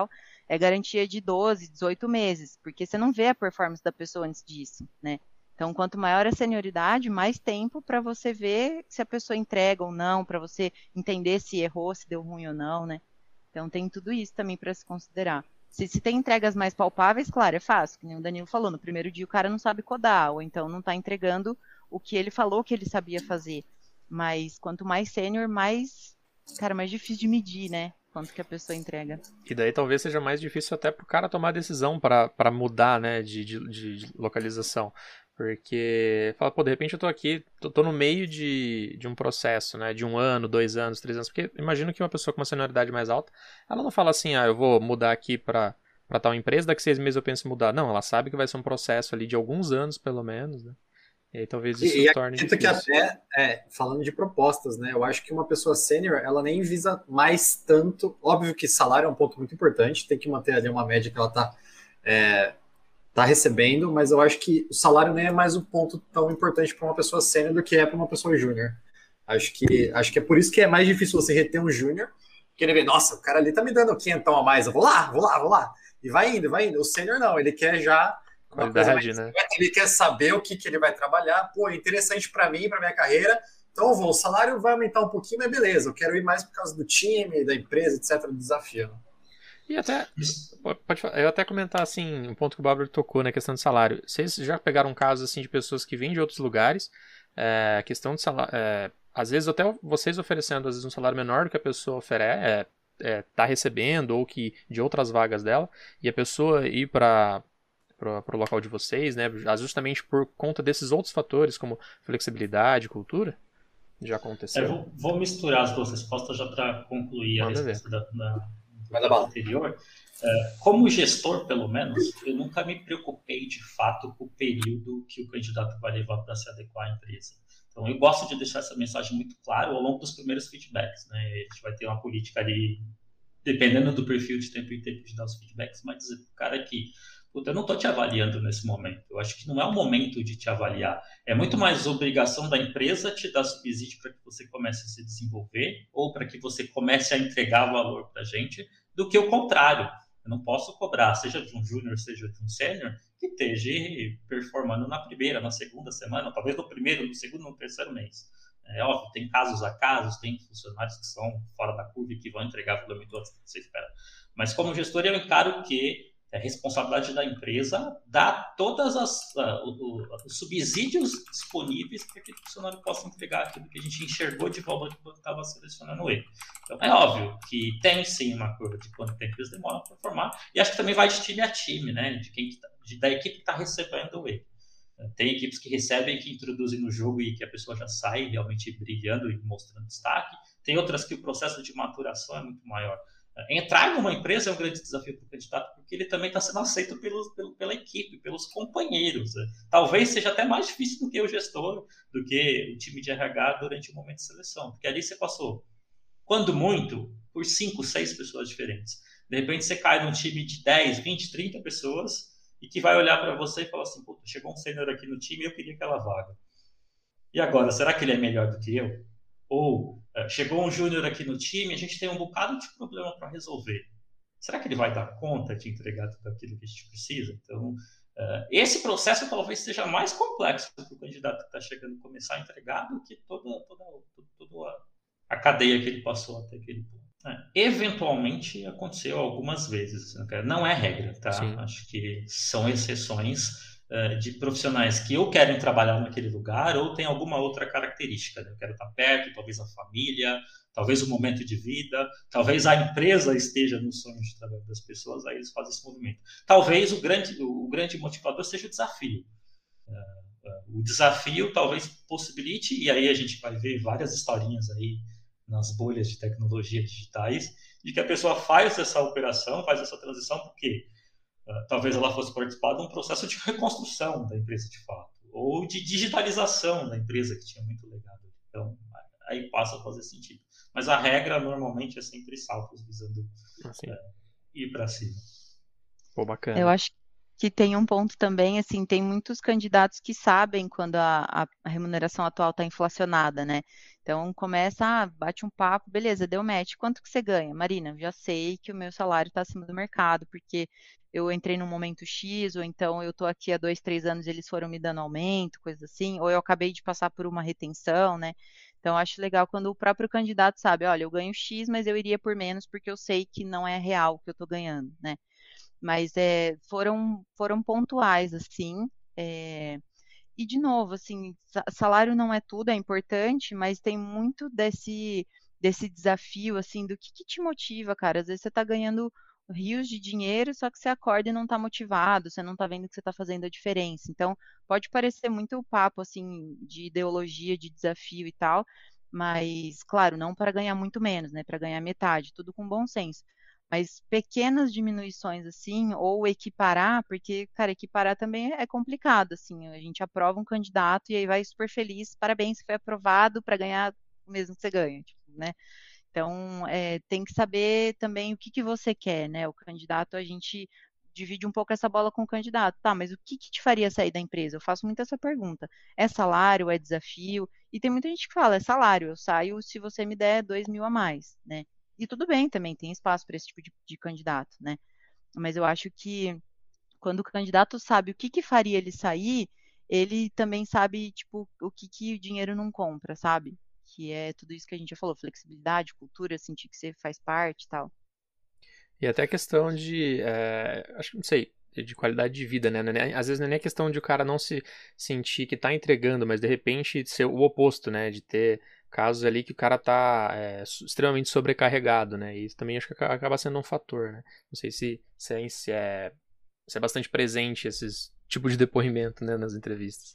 é garantia de 12, 18 meses, porque você não vê a performance da pessoa antes disso, né? Então, quanto maior a senioridade, mais tempo para você ver se a pessoa entrega ou não, para você entender se errou, se deu ruim ou não, né? Então, tem tudo isso também para se considerar. Se tem entregas mais palpáveis, claro, é fácil, como o Danilo falou, no primeiro dia o cara não sabe codar, ou então não está entregando o que ele falou que ele sabia fazer. Mas quanto mais sênior, mais difícil de medir, né? Quanto que a pessoa entrega. E daí talvez seja mais difícil até pro cara tomar a decisão para mudar, né, de localização. Porque, fala, pô, de repente eu tô aqui, tô no meio de um processo, né, de 1 ano, 2 anos, 3 anos, porque imagino que uma pessoa com uma senioridade mais alta, ela não fala assim, eu vou mudar aqui para tal empresa, daqui 6 meses eu penso em mudar. Não, ela sabe que vai ser um processo ali de alguns anos, pelo menos, né. E aí talvez isso torne acredito difícil. que até, falando de propostas, né? Eu acho que uma pessoa sênior, ela nem visa mais tanto. Óbvio que salário é um ponto muito importante, tem que manter ali uma média que ela tá recebendo, mas eu acho que o salário nem é mais um ponto tão importante para uma pessoa sênior do que é para uma pessoa júnior. Acho que é por isso que é mais difícil você reter um júnior, porque ele vê, nossa, o cara ali tá me dando 500 a mais, eu vou lá. E vai indo. O sênior não, ele quer já qualidade, né? Ele quer saber o que ele vai trabalhar. Pô, é interessante para mim, para minha carreira. Então, o salário vai aumentar um pouquinho, mas beleza. Eu quero ir mais por causa do time, da empresa, etc., do desafio. E até, eu até comentar assim, um ponto que o Bárbara tocou na questão de salário. Vocês já pegaram casos assim de pessoas que vêm de outros lugares, questão de salário, às vezes até vocês oferecendo às vezes um salário menor do que a pessoa oferece, tá recebendo ou que de outras vagas dela, e a pessoa ir para o local de vocês, né? Justamente por conta desses outros fatores, como flexibilidade, cultura? Já aconteceu? Vou misturar as duas respostas já para concluir a resposta da anterior. Como gestor, pelo menos, eu nunca me preocupei de fato com o período que o candidato vai levar para se adequar à empresa. Então, eu gosto de deixar essa mensagem muito clara ao longo dos primeiros feedbacks, né? A gente vai ter uma política ali, dependendo do perfil de tempo em tempo de dar os feedbacks, mas dizer para o cara que eu não estou te avaliando nesse momento. Eu acho que não é o momento de te avaliar. É muito mais obrigação da empresa te dar subsídio para que você comece a se desenvolver ou para que você comece a entregar valor para a gente, do que o contrário. Eu não posso cobrar, seja de um júnior, seja de um sênior, que esteja performando na primeira, na segunda semana, talvez no primeiro, no segundo, no terceiro mês. É óbvio, tem casos a casos, tem funcionários que são fora da curva e que vão entregar fundamento antes do que você espera. Mas como gestor, eu encaro que é responsabilidade da empresa dar todos os subsídios disponíveis para que o funcionário possa entregar aquilo que a gente enxergou de valor quando estava selecionando ele. Então, é óbvio que tem sim uma curva de quanto tempo eles demoram para formar, e acho que também vai de time a time, né? Da equipe que está recebendo ele. Tem equipes que recebem, que introduzem no jogo e que a pessoa já sai realmente brilhando e mostrando destaque. Tem outras que o processo de maturação é muito maior. Entrar numa empresa é um grande desafio para o candidato, porque ele também está sendo aceito pela equipe, pelos companheiros. Talvez seja até mais difícil do que o gestor, do que o time de RH durante o momento de seleção, porque ali você passou, quando muito, por 5, 6 pessoas diferentes. De repente você cai num time de 10, 20, 30 pessoas e que vai olhar para você e falar assim, puta, chegou um sênior aqui no time e eu queria aquela vaga. E agora, será que ele é melhor do que eu? Ou chegou um júnior aqui no time, a gente tem um bocado de problema para resolver. Será que ele vai dar conta de entregar tudo aquilo que a gente precisa? Então, esse processo talvez seja mais complexo para o candidato que está chegando a começar a entregar do que toda a cadeia que ele passou até aquele ponto. Eventualmente aconteceu algumas vezes, não é regra, tá? Sim. Acho que são exceções de profissionais que ou querem trabalhar naquele lugar ou tem alguma outra característica, né? Eu quero estar perto, talvez a família, talvez o momento de vida, talvez a empresa esteja no sonho de trabalho das pessoas, aí eles fazem esse movimento. Talvez o grande motivador seja o desafio. O desafio talvez possibilite, e aí a gente vai ver várias historinhas aí nas bolhas de tecnologia digitais, de que a pessoa faz essa operação, faz essa transição, porque talvez ela fosse participar de um processo de reconstrução da empresa de fato, ou de digitalização da empresa que tinha muito legado. Então, aí passa a fazer sentido. Mas a regra normalmente é sempre saltos visando ir para cima. Pô, bacana. Eu acho que tem um ponto também, assim, tem muitos candidatos que sabem quando a remuneração atual está inflacionada, né? Então começa, bate um papo, beleza, deu match. Quanto que você ganha? Marina, já sei que o meu salário está acima do mercado, porque eu entrei num momento X, ou então eu estou aqui há 2, 3 anos e eles foram me dando aumento, coisa assim, ou eu acabei de passar por uma retenção, né? Então acho legal quando o próprio candidato sabe, olha, eu ganho X, mas eu iria por menos porque eu sei que não é real o que eu estou ganhando, né? Mas foram pontuais, assim. E, de novo, assim, salário não é tudo, é importante, mas tem muito desse desafio, assim, do que te motiva, cara. Às vezes você está ganhando rios de dinheiro, só que você acorda e não está motivado, você não está vendo que você está fazendo a diferença. Então, pode parecer muito papo, assim, de ideologia, de desafio e tal, mas, claro, não para ganhar muito menos, né? Para ganhar metade, tudo com bom senso. Mas pequenas diminuições, assim, ou equiparar, porque, cara, equiparar também é complicado, assim, a gente aprova um candidato e aí vai super feliz, parabéns, você foi aprovado para ganhar o mesmo que você ganha, tipo, né? Então, tem que saber também o que você quer, né? O candidato, a gente divide um pouco essa bola com o candidato, tá, mas o que te faria sair da empresa? Eu faço muito essa pergunta. É salário, é desafio? E tem muita gente que fala, é salário, eu saio se você me der 2.000 a mais, né? E tudo bem também, tem espaço para esse tipo de candidato, né? Mas eu acho que quando o candidato sabe o que faria ele sair, ele também sabe, tipo, o que o dinheiro não compra, sabe? Que é tudo isso que a gente já falou, flexibilidade, cultura, sentir que você faz parte e tal. E até a questão de, acho que não sei, de qualidade de vida, né? Às vezes não é nem a questão de o cara não se sentir que tá entregando, mas de repente ser o oposto, né? De ter casos ali que o cara tá extremamente sobrecarregado, né? E isso também acho que acaba sendo um fator, né? Não sei se é bastante presente esses tipos de depoimento, né, nas entrevistas.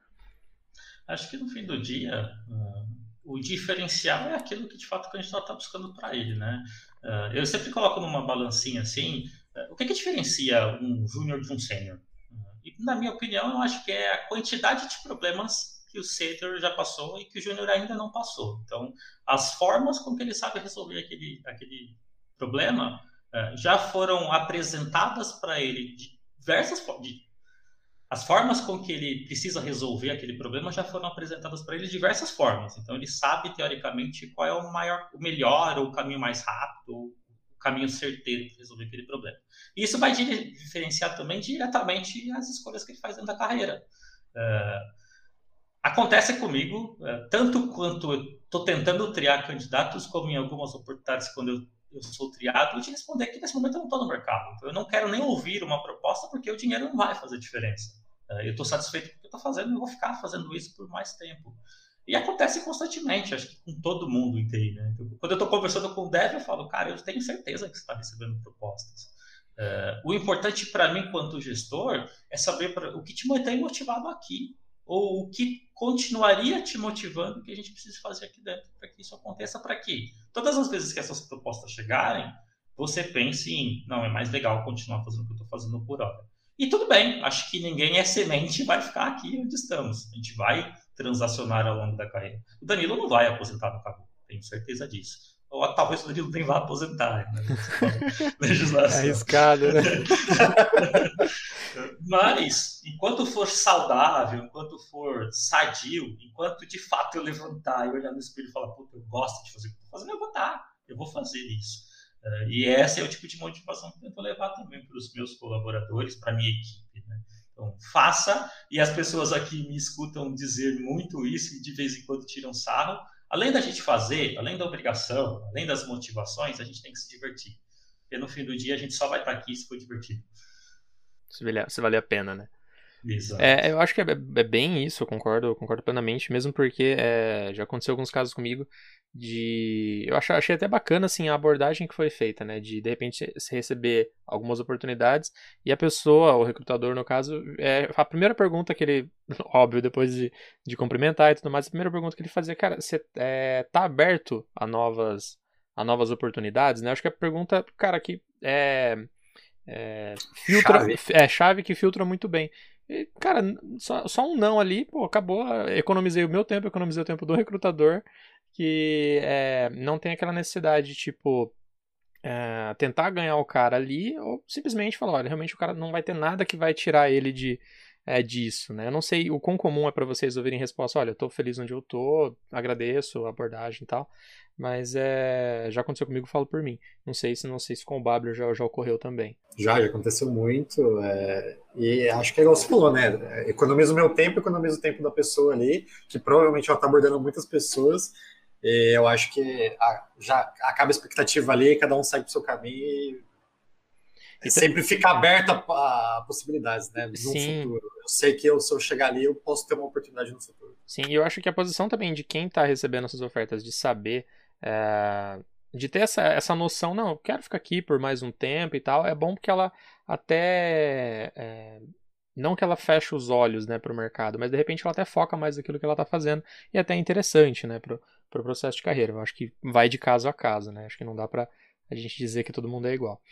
Acho que no fim do dia, o diferencial é aquilo que de fato o candidato está buscando para ele, né? Eu sempre coloco numa balancinha assim, o que diferencia um júnior de um sênior? E na minha opinião, eu acho que é a quantidade de problemas que o sênior já passou e que o júnior ainda não passou. Então, as formas com que ele sabe resolver aquele problema já foram apresentadas para ele de diversas formas. As formas com que ele precisa resolver aquele problema já foram apresentadas para ele de diversas formas. Então ele sabe teoricamente qual é o melhor, ou o caminho mais rápido, ou o caminho certeiro para resolver aquele problema. E isso vai diferenciar também diretamente as escolhas que ele faz dentro da carreira. Acontece comigo, tanto quanto eu estou tentando triar candidatos, como em algumas oportunidades quando eu sou triado, eu te responder que nesse momento eu não estou no mercado. Então eu não quero nem ouvir uma proposta porque o dinheiro não vai fazer diferença. Eu estou satisfeito com o que eu estou fazendo e vou ficar fazendo isso por mais tempo. E acontece constantemente, acho que com todo mundo inteiro. Né? Então, quando eu estou conversando com o Dev, eu falo, cara, eu tenho certeza que você está recebendo propostas. O importante para mim, quanto gestor, é saber o que te mantém motivado aqui, ou o que continuaria te motivando que a gente precisa fazer aqui dentro para que isso aconteça, para que todas as vezes que essas propostas chegarem, você pense em, não, é mais legal continuar fazendo o que eu estou fazendo por hora. E tudo bem, acho que ninguém é semente e vai ficar aqui onde estamos. A gente vai transacionar ao longo da carreira. O Danilo não vai aposentar no Cabo, tenho certeza disso. Ou talvez o Danilo nem vá aposentar, né? Legislação. É arriscado, né? Mas, enquanto for saudável, enquanto for sadio, enquanto de fato eu levantar e olhar no espelho e falar, puta, eu gosto de fazer o que eu estou fazendo, eu vou fazer isso. E esse é o tipo de motivação que eu tento levar também para os meus colaboradores, para a minha equipe. Né? Então, faça, e as pessoas aqui me escutam dizer muito isso e de vez em quando tiram sarro. Além da gente fazer, além da obrigação, além das motivações, a gente tem que se divertir. Porque no fim do dia a gente só vai estar aqui se for divertido. Se valer a pena, né? Exato. Eu acho que é bem isso, eu concordo plenamente, mesmo porque já aconteceu alguns casos comigo eu achei até bacana assim a abordagem que foi feita, né, de repente se receber algumas oportunidades e a pessoa, o recrutador no caso, a primeira pergunta que ele, óbvio, depois de cumprimentar e tudo mais, a primeira pergunta que ele fazia, cara, você tá aberto a novas oportunidades, né? Acho que a pergunta, cara, que chave que filtra muito bem. E, cara, só um não ali, pô, acabou. Economizei o meu tempo, economizei o tempo do recrutador, que não tem aquela necessidade, tipo, tentar ganhar o cara ali, ou simplesmente falar, olha, realmente o cara não vai ter nada que vai tirar ele disso, né? Eu não sei o quão comum é para vocês ouvirem resposta, olha, eu tô feliz onde eu tô, agradeço a abordagem e tal, mas já aconteceu comigo, falo por mim. Não sei se com o Babler já ocorreu também. Já aconteceu muito, e acho que é igual você falou, né? Economiza o meu tempo, economiza o tempo da pessoa ali, que provavelmente ela tá abordando muitas pessoas, e eu acho que já acaba a expectativa ali, cada um segue pro seu caminho e sempre fica aberto a possibilidades, né? No Sim. futuro. Eu sei que se eu chegar ali, eu posso ter uma oportunidade no futuro. Sim, e eu acho que a posição também de quem está recebendo essas ofertas, de saber, de ter essa noção, não, eu quero ficar aqui por mais um tempo e tal, é bom porque ela até, não que ela feche os olhos, né, para o mercado, mas de repente ela até foca mais naquilo que ela está fazendo e é até interessante, né, pro processo de carreira. Eu acho que vai de caso a caso, né, acho que não dá para a gente dizer que todo mundo é igual.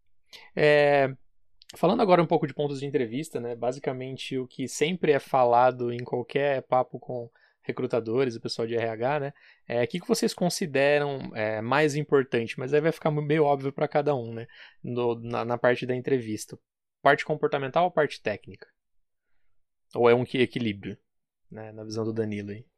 Falando agora um pouco de pontos de entrevista, né? Basicamente o que sempre é falado em qualquer papo com recrutadores, o pessoal de RH, né? O que vocês consideram mais importante? Mas aí vai ficar meio óbvio para cada um, né? Na parte da entrevista. Parte comportamental ou parte técnica? Ou é um equilíbrio, né? Na visão do Danilo aí.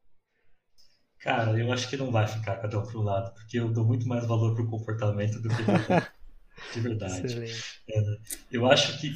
Cara, eu acho que não vai ficar cada um pro lado, porque eu dou muito mais valor pro comportamento do que pro de verdade. Excelente. Eu acho que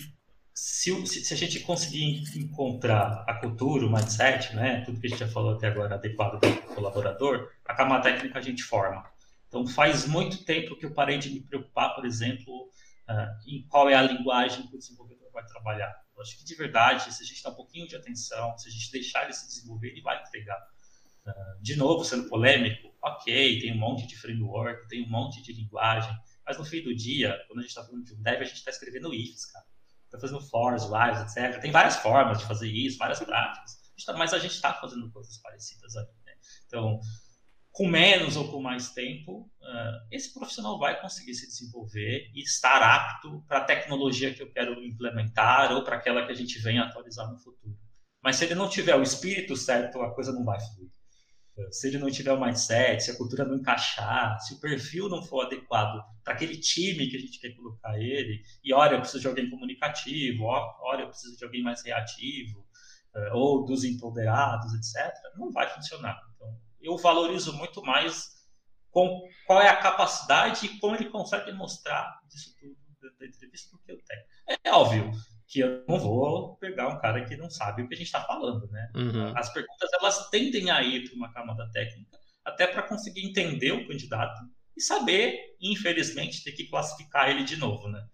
se a gente conseguir encontrar a cultura, o mindset, né, tudo que a gente já falou até agora adequado para o colaborador, a camada técnica a gente forma. Então faz muito tempo que eu parei de me preocupar, por exemplo, em qual é a linguagem que o desenvolvedor vai trabalhar. Eu acho que de verdade, se a gente dá um pouquinho de atenção, se a gente deixar ele se desenvolver, ele vai entregar. De novo, sendo polêmico, ok, tem um monte de framework, tem um monte de linguagem, mas no fim do dia, quando a gente está falando de um dev, a gente está escrevendo ifs, cara. Está fazendo fors, whiles, etc. Tem várias formas de fazer isso, várias práticas, mas a gente está fazendo coisas parecidas ali, né? Então, com menos ou com mais tempo, esse profissional vai conseguir se desenvolver e estar apto para a tecnologia que eu quero implementar ou para aquela que a gente venha atualizar no futuro. Mas se ele não tiver o espírito certo, a coisa não vai fluir. Se ele não tiver o mindset, se a cultura não encaixar, se o perfil não for adequado para aquele time que a gente quer colocar ele, e olha, eu preciso de alguém comunicativo, olha, eu preciso de alguém mais reativo, ou dos empoderados, etc., não vai funcionar. Então, eu valorizo muito mais qual é a capacidade e como ele consegue mostrar disso tudo da entrevista do que eu tenho. É óbvio que eu não vou pegar um cara que não sabe o que a gente está falando, né? Uhum. As perguntas, elas tendem a ir para uma camada técnica, até para conseguir entender o candidato e saber, infelizmente, ter que classificar ele de novo, né?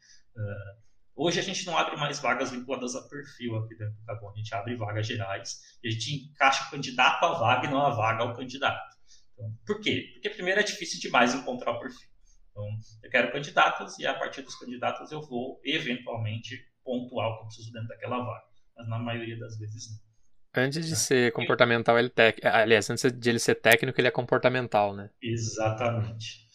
Hoje a gente não abre mais vagas vinculadas a perfil aqui dentro do Carbon, a gente abre vagas gerais e a gente encaixa o candidato à vaga e não a vaga ao candidato. Então, por quê? Porque primeiro é difícil demais encontrar o perfil. Então, eu quero candidatos e a partir dos candidatos eu vou, eventualmente, pontuar o que eu preciso dentro daquela vaga. Mas na maioria das vezes não. Antes de ser comportamental, ele técnico. Aliás, antes de ele ser técnico, ele é comportamental, né? Exatamente.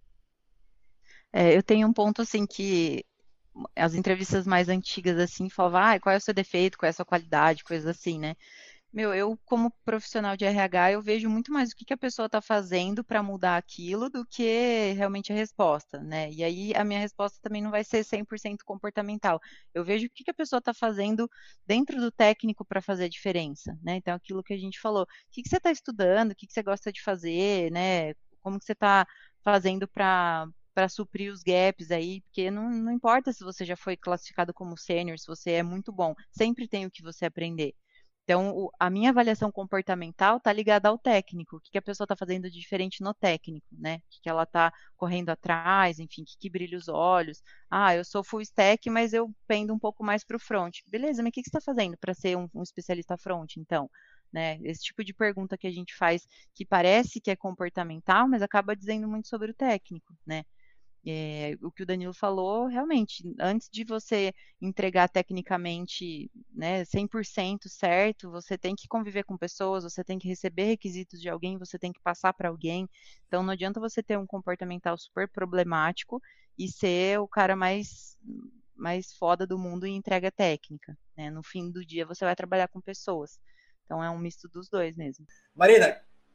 Eu tenho um ponto assim que as entrevistas mais antigas assim falavam, qual é o seu defeito, qual é a sua qualidade, coisas assim, né? Eu como profissional de RH, eu vejo muito mais o que a pessoa está fazendo para mudar aquilo do que realmente a resposta, né? E aí a minha resposta também não vai ser 100% comportamental. Eu vejo o que a pessoa está fazendo dentro do técnico para fazer a diferença, né? Então, aquilo que a gente falou, o que você está estudando, o que você gosta de fazer, né? Como que você está fazendo para suprir os gaps aí, porque não importa se você já foi classificado como sênior, se você é muito bom, sempre tem o que você aprender. Então, a minha avaliação comportamental está ligada ao técnico, o que a pessoa está fazendo de diferente no técnico, né? O que ela está correndo atrás, enfim, o que brilha os olhos. Eu sou full stack, mas eu pendo um pouco mais para o front. Beleza, mas o que você está fazendo para ser um especialista front, então? Né? Esse tipo de pergunta que a gente faz, que parece que é comportamental, mas acaba dizendo muito sobre o técnico, né? O que o Danilo falou, realmente, antes de você entregar tecnicamente, né, 100% certo, você tem que conviver com pessoas, você tem que receber requisitos de alguém, você tem que passar para alguém. Então, não adianta você ter um comportamental super problemático e ser o cara mais foda do mundo em entrega técnica, né? No fim do dia, você vai trabalhar com pessoas. Então, é um misto dos dois mesmo. Marina,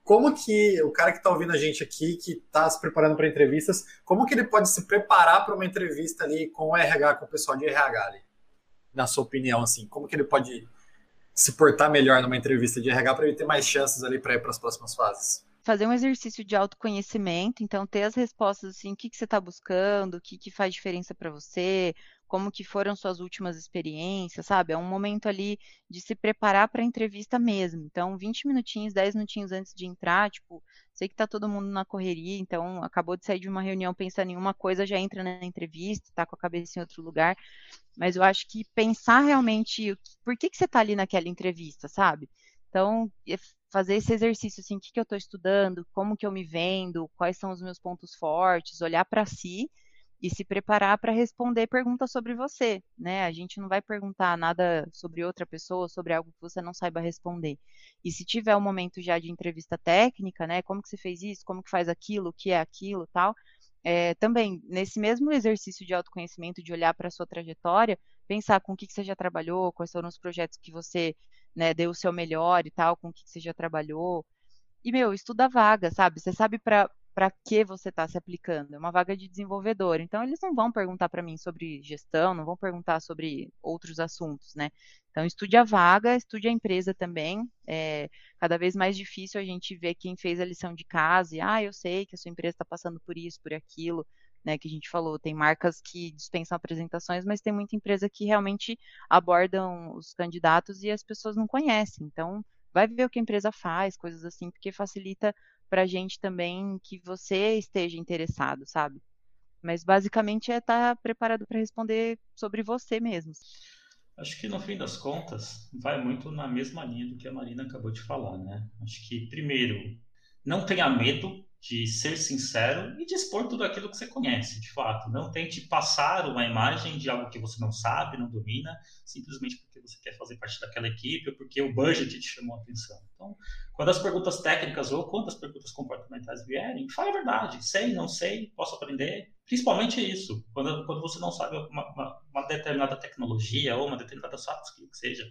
como que o cara que está ouvindo a gente aqui, que está se preparando para entrevistas, como que ele pode se preparar para uma entrevista ali com o RH, com o pessoal de RH ali? Na sua opinião, assim, como que ele pode se portar melhor numa entrevista de RH para ele ter mais chances ali para ir para as próximas fases? Fazer um exercício de autoconhecimento, então ter as respostas assim, o que você está buscando, o que faz diferença para você, como que foram suas últimas experiências, sabe? É um momento ali de se preparar para a entrevista mesmo. Então, 20 minutinhos, 10 minutinhos antes de entrar, tipo, sei que tá todo mundo na correria, então acabou de sair de uma reunião pensando em uma coisa, já entra na entrevista, tá com a cabeça em outro lugar. Mas eu acho que pensar realmente por que você está ali naquela entrevista, sabe? Então, fazer esse exercício assim, o que eu estou estudando, como que eu me vendo, quais são os meus pontos fortes, olhar para si e se preparar para responder perguntas sobre você, né? A gente não vai perguntar nada sobre outra pessoa, sobre algo que você não saiba responder. E se tiver um momento já de entrevista técnica, né? Como que você fez isso, como que faz aquilo, o que é aquilo, tal. Também, nesse mesmo exercício de autoconhecimento, de olhar para a sua trajetória, pensar com o que você já trabalhou, quais foram os projetos que você, né, deu o seu melhor e tal, com o que você já trabalhou. E, estuda a vaga, sabe? Você sabe para que você está se aplicando. É uma vaga de desenvolvedor. Então, eles não vão perguntar para mim sobre gestão, não vão perguntar sobre outros assuntos, né? Então, estude a vaga, estude a empresa também. É cada vez mais difícil a gente ver quem fez a lição de casa e, eu sei que a sua empresa está passando por isso, por aquilo, né? Que a gente falou, tem marcas que dispensam apresentações, mas tem muita empresa que realmente abordam os candidatos e as pessoas não conhecem. Então, vai ver o que a empresa faz, coisas assim, porque facilita para a gente também que você esteja interessado, sabe? Mas basicamente é estar preparado para responder sobre você mesmo. Acho que no fim das contas vai muito na mesma linha do que a Marina acabou de falar, né? Acho que primeiro, não tenha medo de ser sincero e de expor tudo aquilo que você conhece, de fato. Não tente passar uma imagem de algo que você não sabe, não domina, simplesmente porque você quer fazer parte daquela equipe ou porque o budget te chamou a atenção. Então, quando as perguntas técnicas ou quando as perguntas comportamentais vierem, fale a verdade. Sei, não sei, posso aprender. Principalmente isso, quando você não sabe uma determinada tecnologia ou uma determinada soft skill que seja,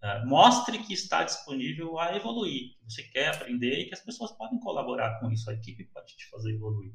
mostre que está disponível a evoluir, que você quer aprender e que as pessoas podem colaborar com isso, a equipe pode te fazer evoluir.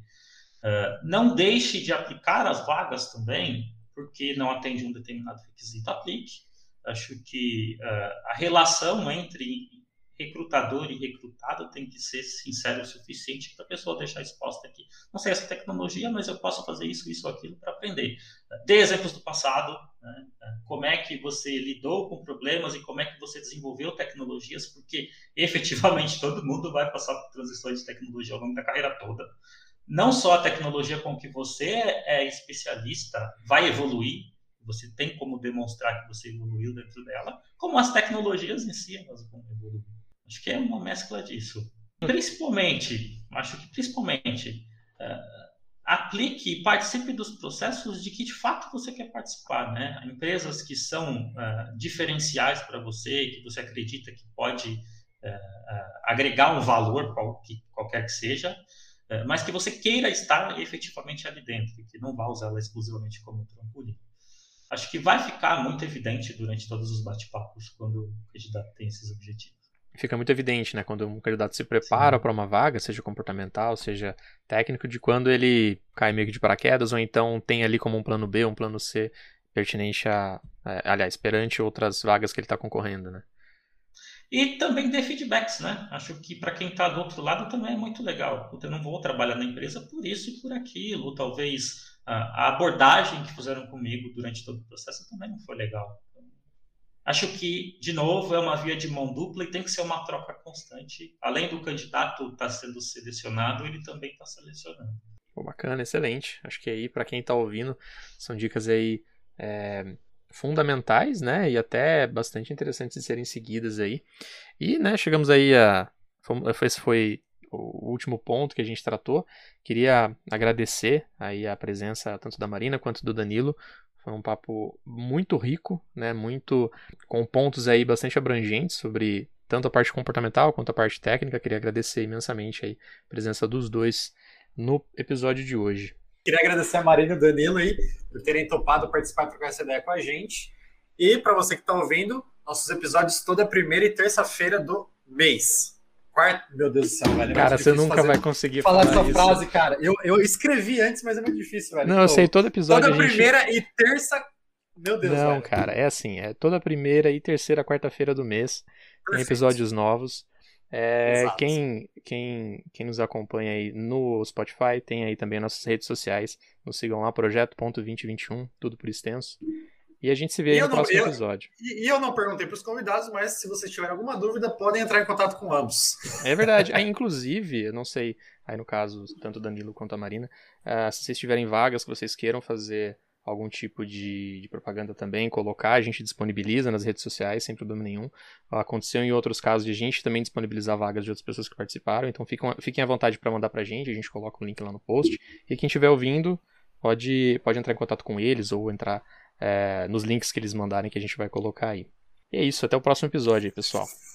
Não deixe de aplicar as vagas também, porque não atende um determinado requisito, aplique. Acho que a relação entre recrutador e recrutado tem que ser sincero o suficiente para a pessoa deixar exposta aqui. Não sei essa tecnologia, mas eu posso fazer isso, isso, aquilo para aprender. Dê exemplos do passado, né? Como é que você lidou com problemas e como é que você desenvolveu tecnologias, porque efetivamente todo mundo vai passar por transições de tecnologia ao longo da carreira toda. Não só a tecnologia com que você é especialista vai evoluir, você tem como demonstrar que você evoluiu dentro dela, como as tecnologias em si elas vão evoluir. Acho que é uma mescla disso. Principalmente, aplique e participe dos processos de que de fato você quer participar, né? Empresas que são diferenciais para você, que você acredita que pode agregar um valor, qualquer que seja, mas que você queira estar efetivamente ali dentro, e que não vá usá-la exclusivamente como trampolim. Acho que vai ficar muito evidente durante todos os bate-papos quando o candidato tem esses objetivos. Fica muito evidente, né, quando um candidato se prepara para uma vaga, seja comportamental, seja técnico, de quando ele cai meio que de paraquedas, ou então tem ali como um plano B, um plano C, pertinente aliás, perante outras vagas que ele está concorrendo, né? E também dê feedbacks, né? Acho que para quem está do outro lado também é muito legal. Eu não vou trabalhar na empresa por isso e por aquilo. Talvez a abordagem que fizeram comigo durante todo o processo também não foi legal. Acho que, de novo, é uma via de mão dupla e tem que ser uma troca constante. Além do candidato estar sendo selecionado, ele também está selecionando. Pô, bacana, excelente. Acho que aí, para quem está ouvindo, são dicas aí fundamentais, né? E até bastante interessantes de serem seguidas aí. E, né, chegamos aí esse foi o último ponto que a gente tratou. Queria agradecer aí a presença tanto da Marina quanto do Danilo. Foi um papo muito rico, né? Muito com pontos aí bastante abrangentes sobre tanto a parte comportamental quanto a parte técnica. Queria agradecer imensamente aí a presença dos dois no episódio de hoje. Queria agradecer a Marina e o Danilo aí por terem topado participar e trocar essa ideia com a gente. E para você que está ouvindo, nossos episódios toda primeira e terça-feira do mês. Meu Deus do céu, velho. Cara, você nunca vai conseguir falar essa isso. frase, cara. Eu escrevi antes, mas é muito difícil, velho. Não, eu sei, todo episódio toda primeira e terça... Meu Deus, Não, velho. cara, é assim, é toda primeira e terceira quarta-feira do mês, tem episódios novos. Quem nos acompanha aí no Spotify, tem aí também nossas redes sociais, nos sigam lá, projeto.2021, tudo por extenso. E a gente se vê aí no próximo episódio. E eu não perguntei para os convidados, mas se vocês tiverem alguma dúvida, podem entrar em contato com ambos. É verdade. Inclusive, eu não sei, aí no caso, tanto o Danilo quanto a Marina, se vocês tiverem vagas que vocês queiram fazer algum tipo de propaganda também, colocar, a gente disponibiliza nas redes sociais, sem problema nenhum. Aconteceu em outros casos de a gente também disponibilizar vagas de outras pessoas que participaram, então fiquem à vontade para mandar pra gente, a gente coloca o link lá no post. E quem estiver ouvindo, pode entrar em contato com eles ou entrar nos links que eles mandarem que a gente vai colocar aí. E é isso, até o próximo episódio aí, pessoal.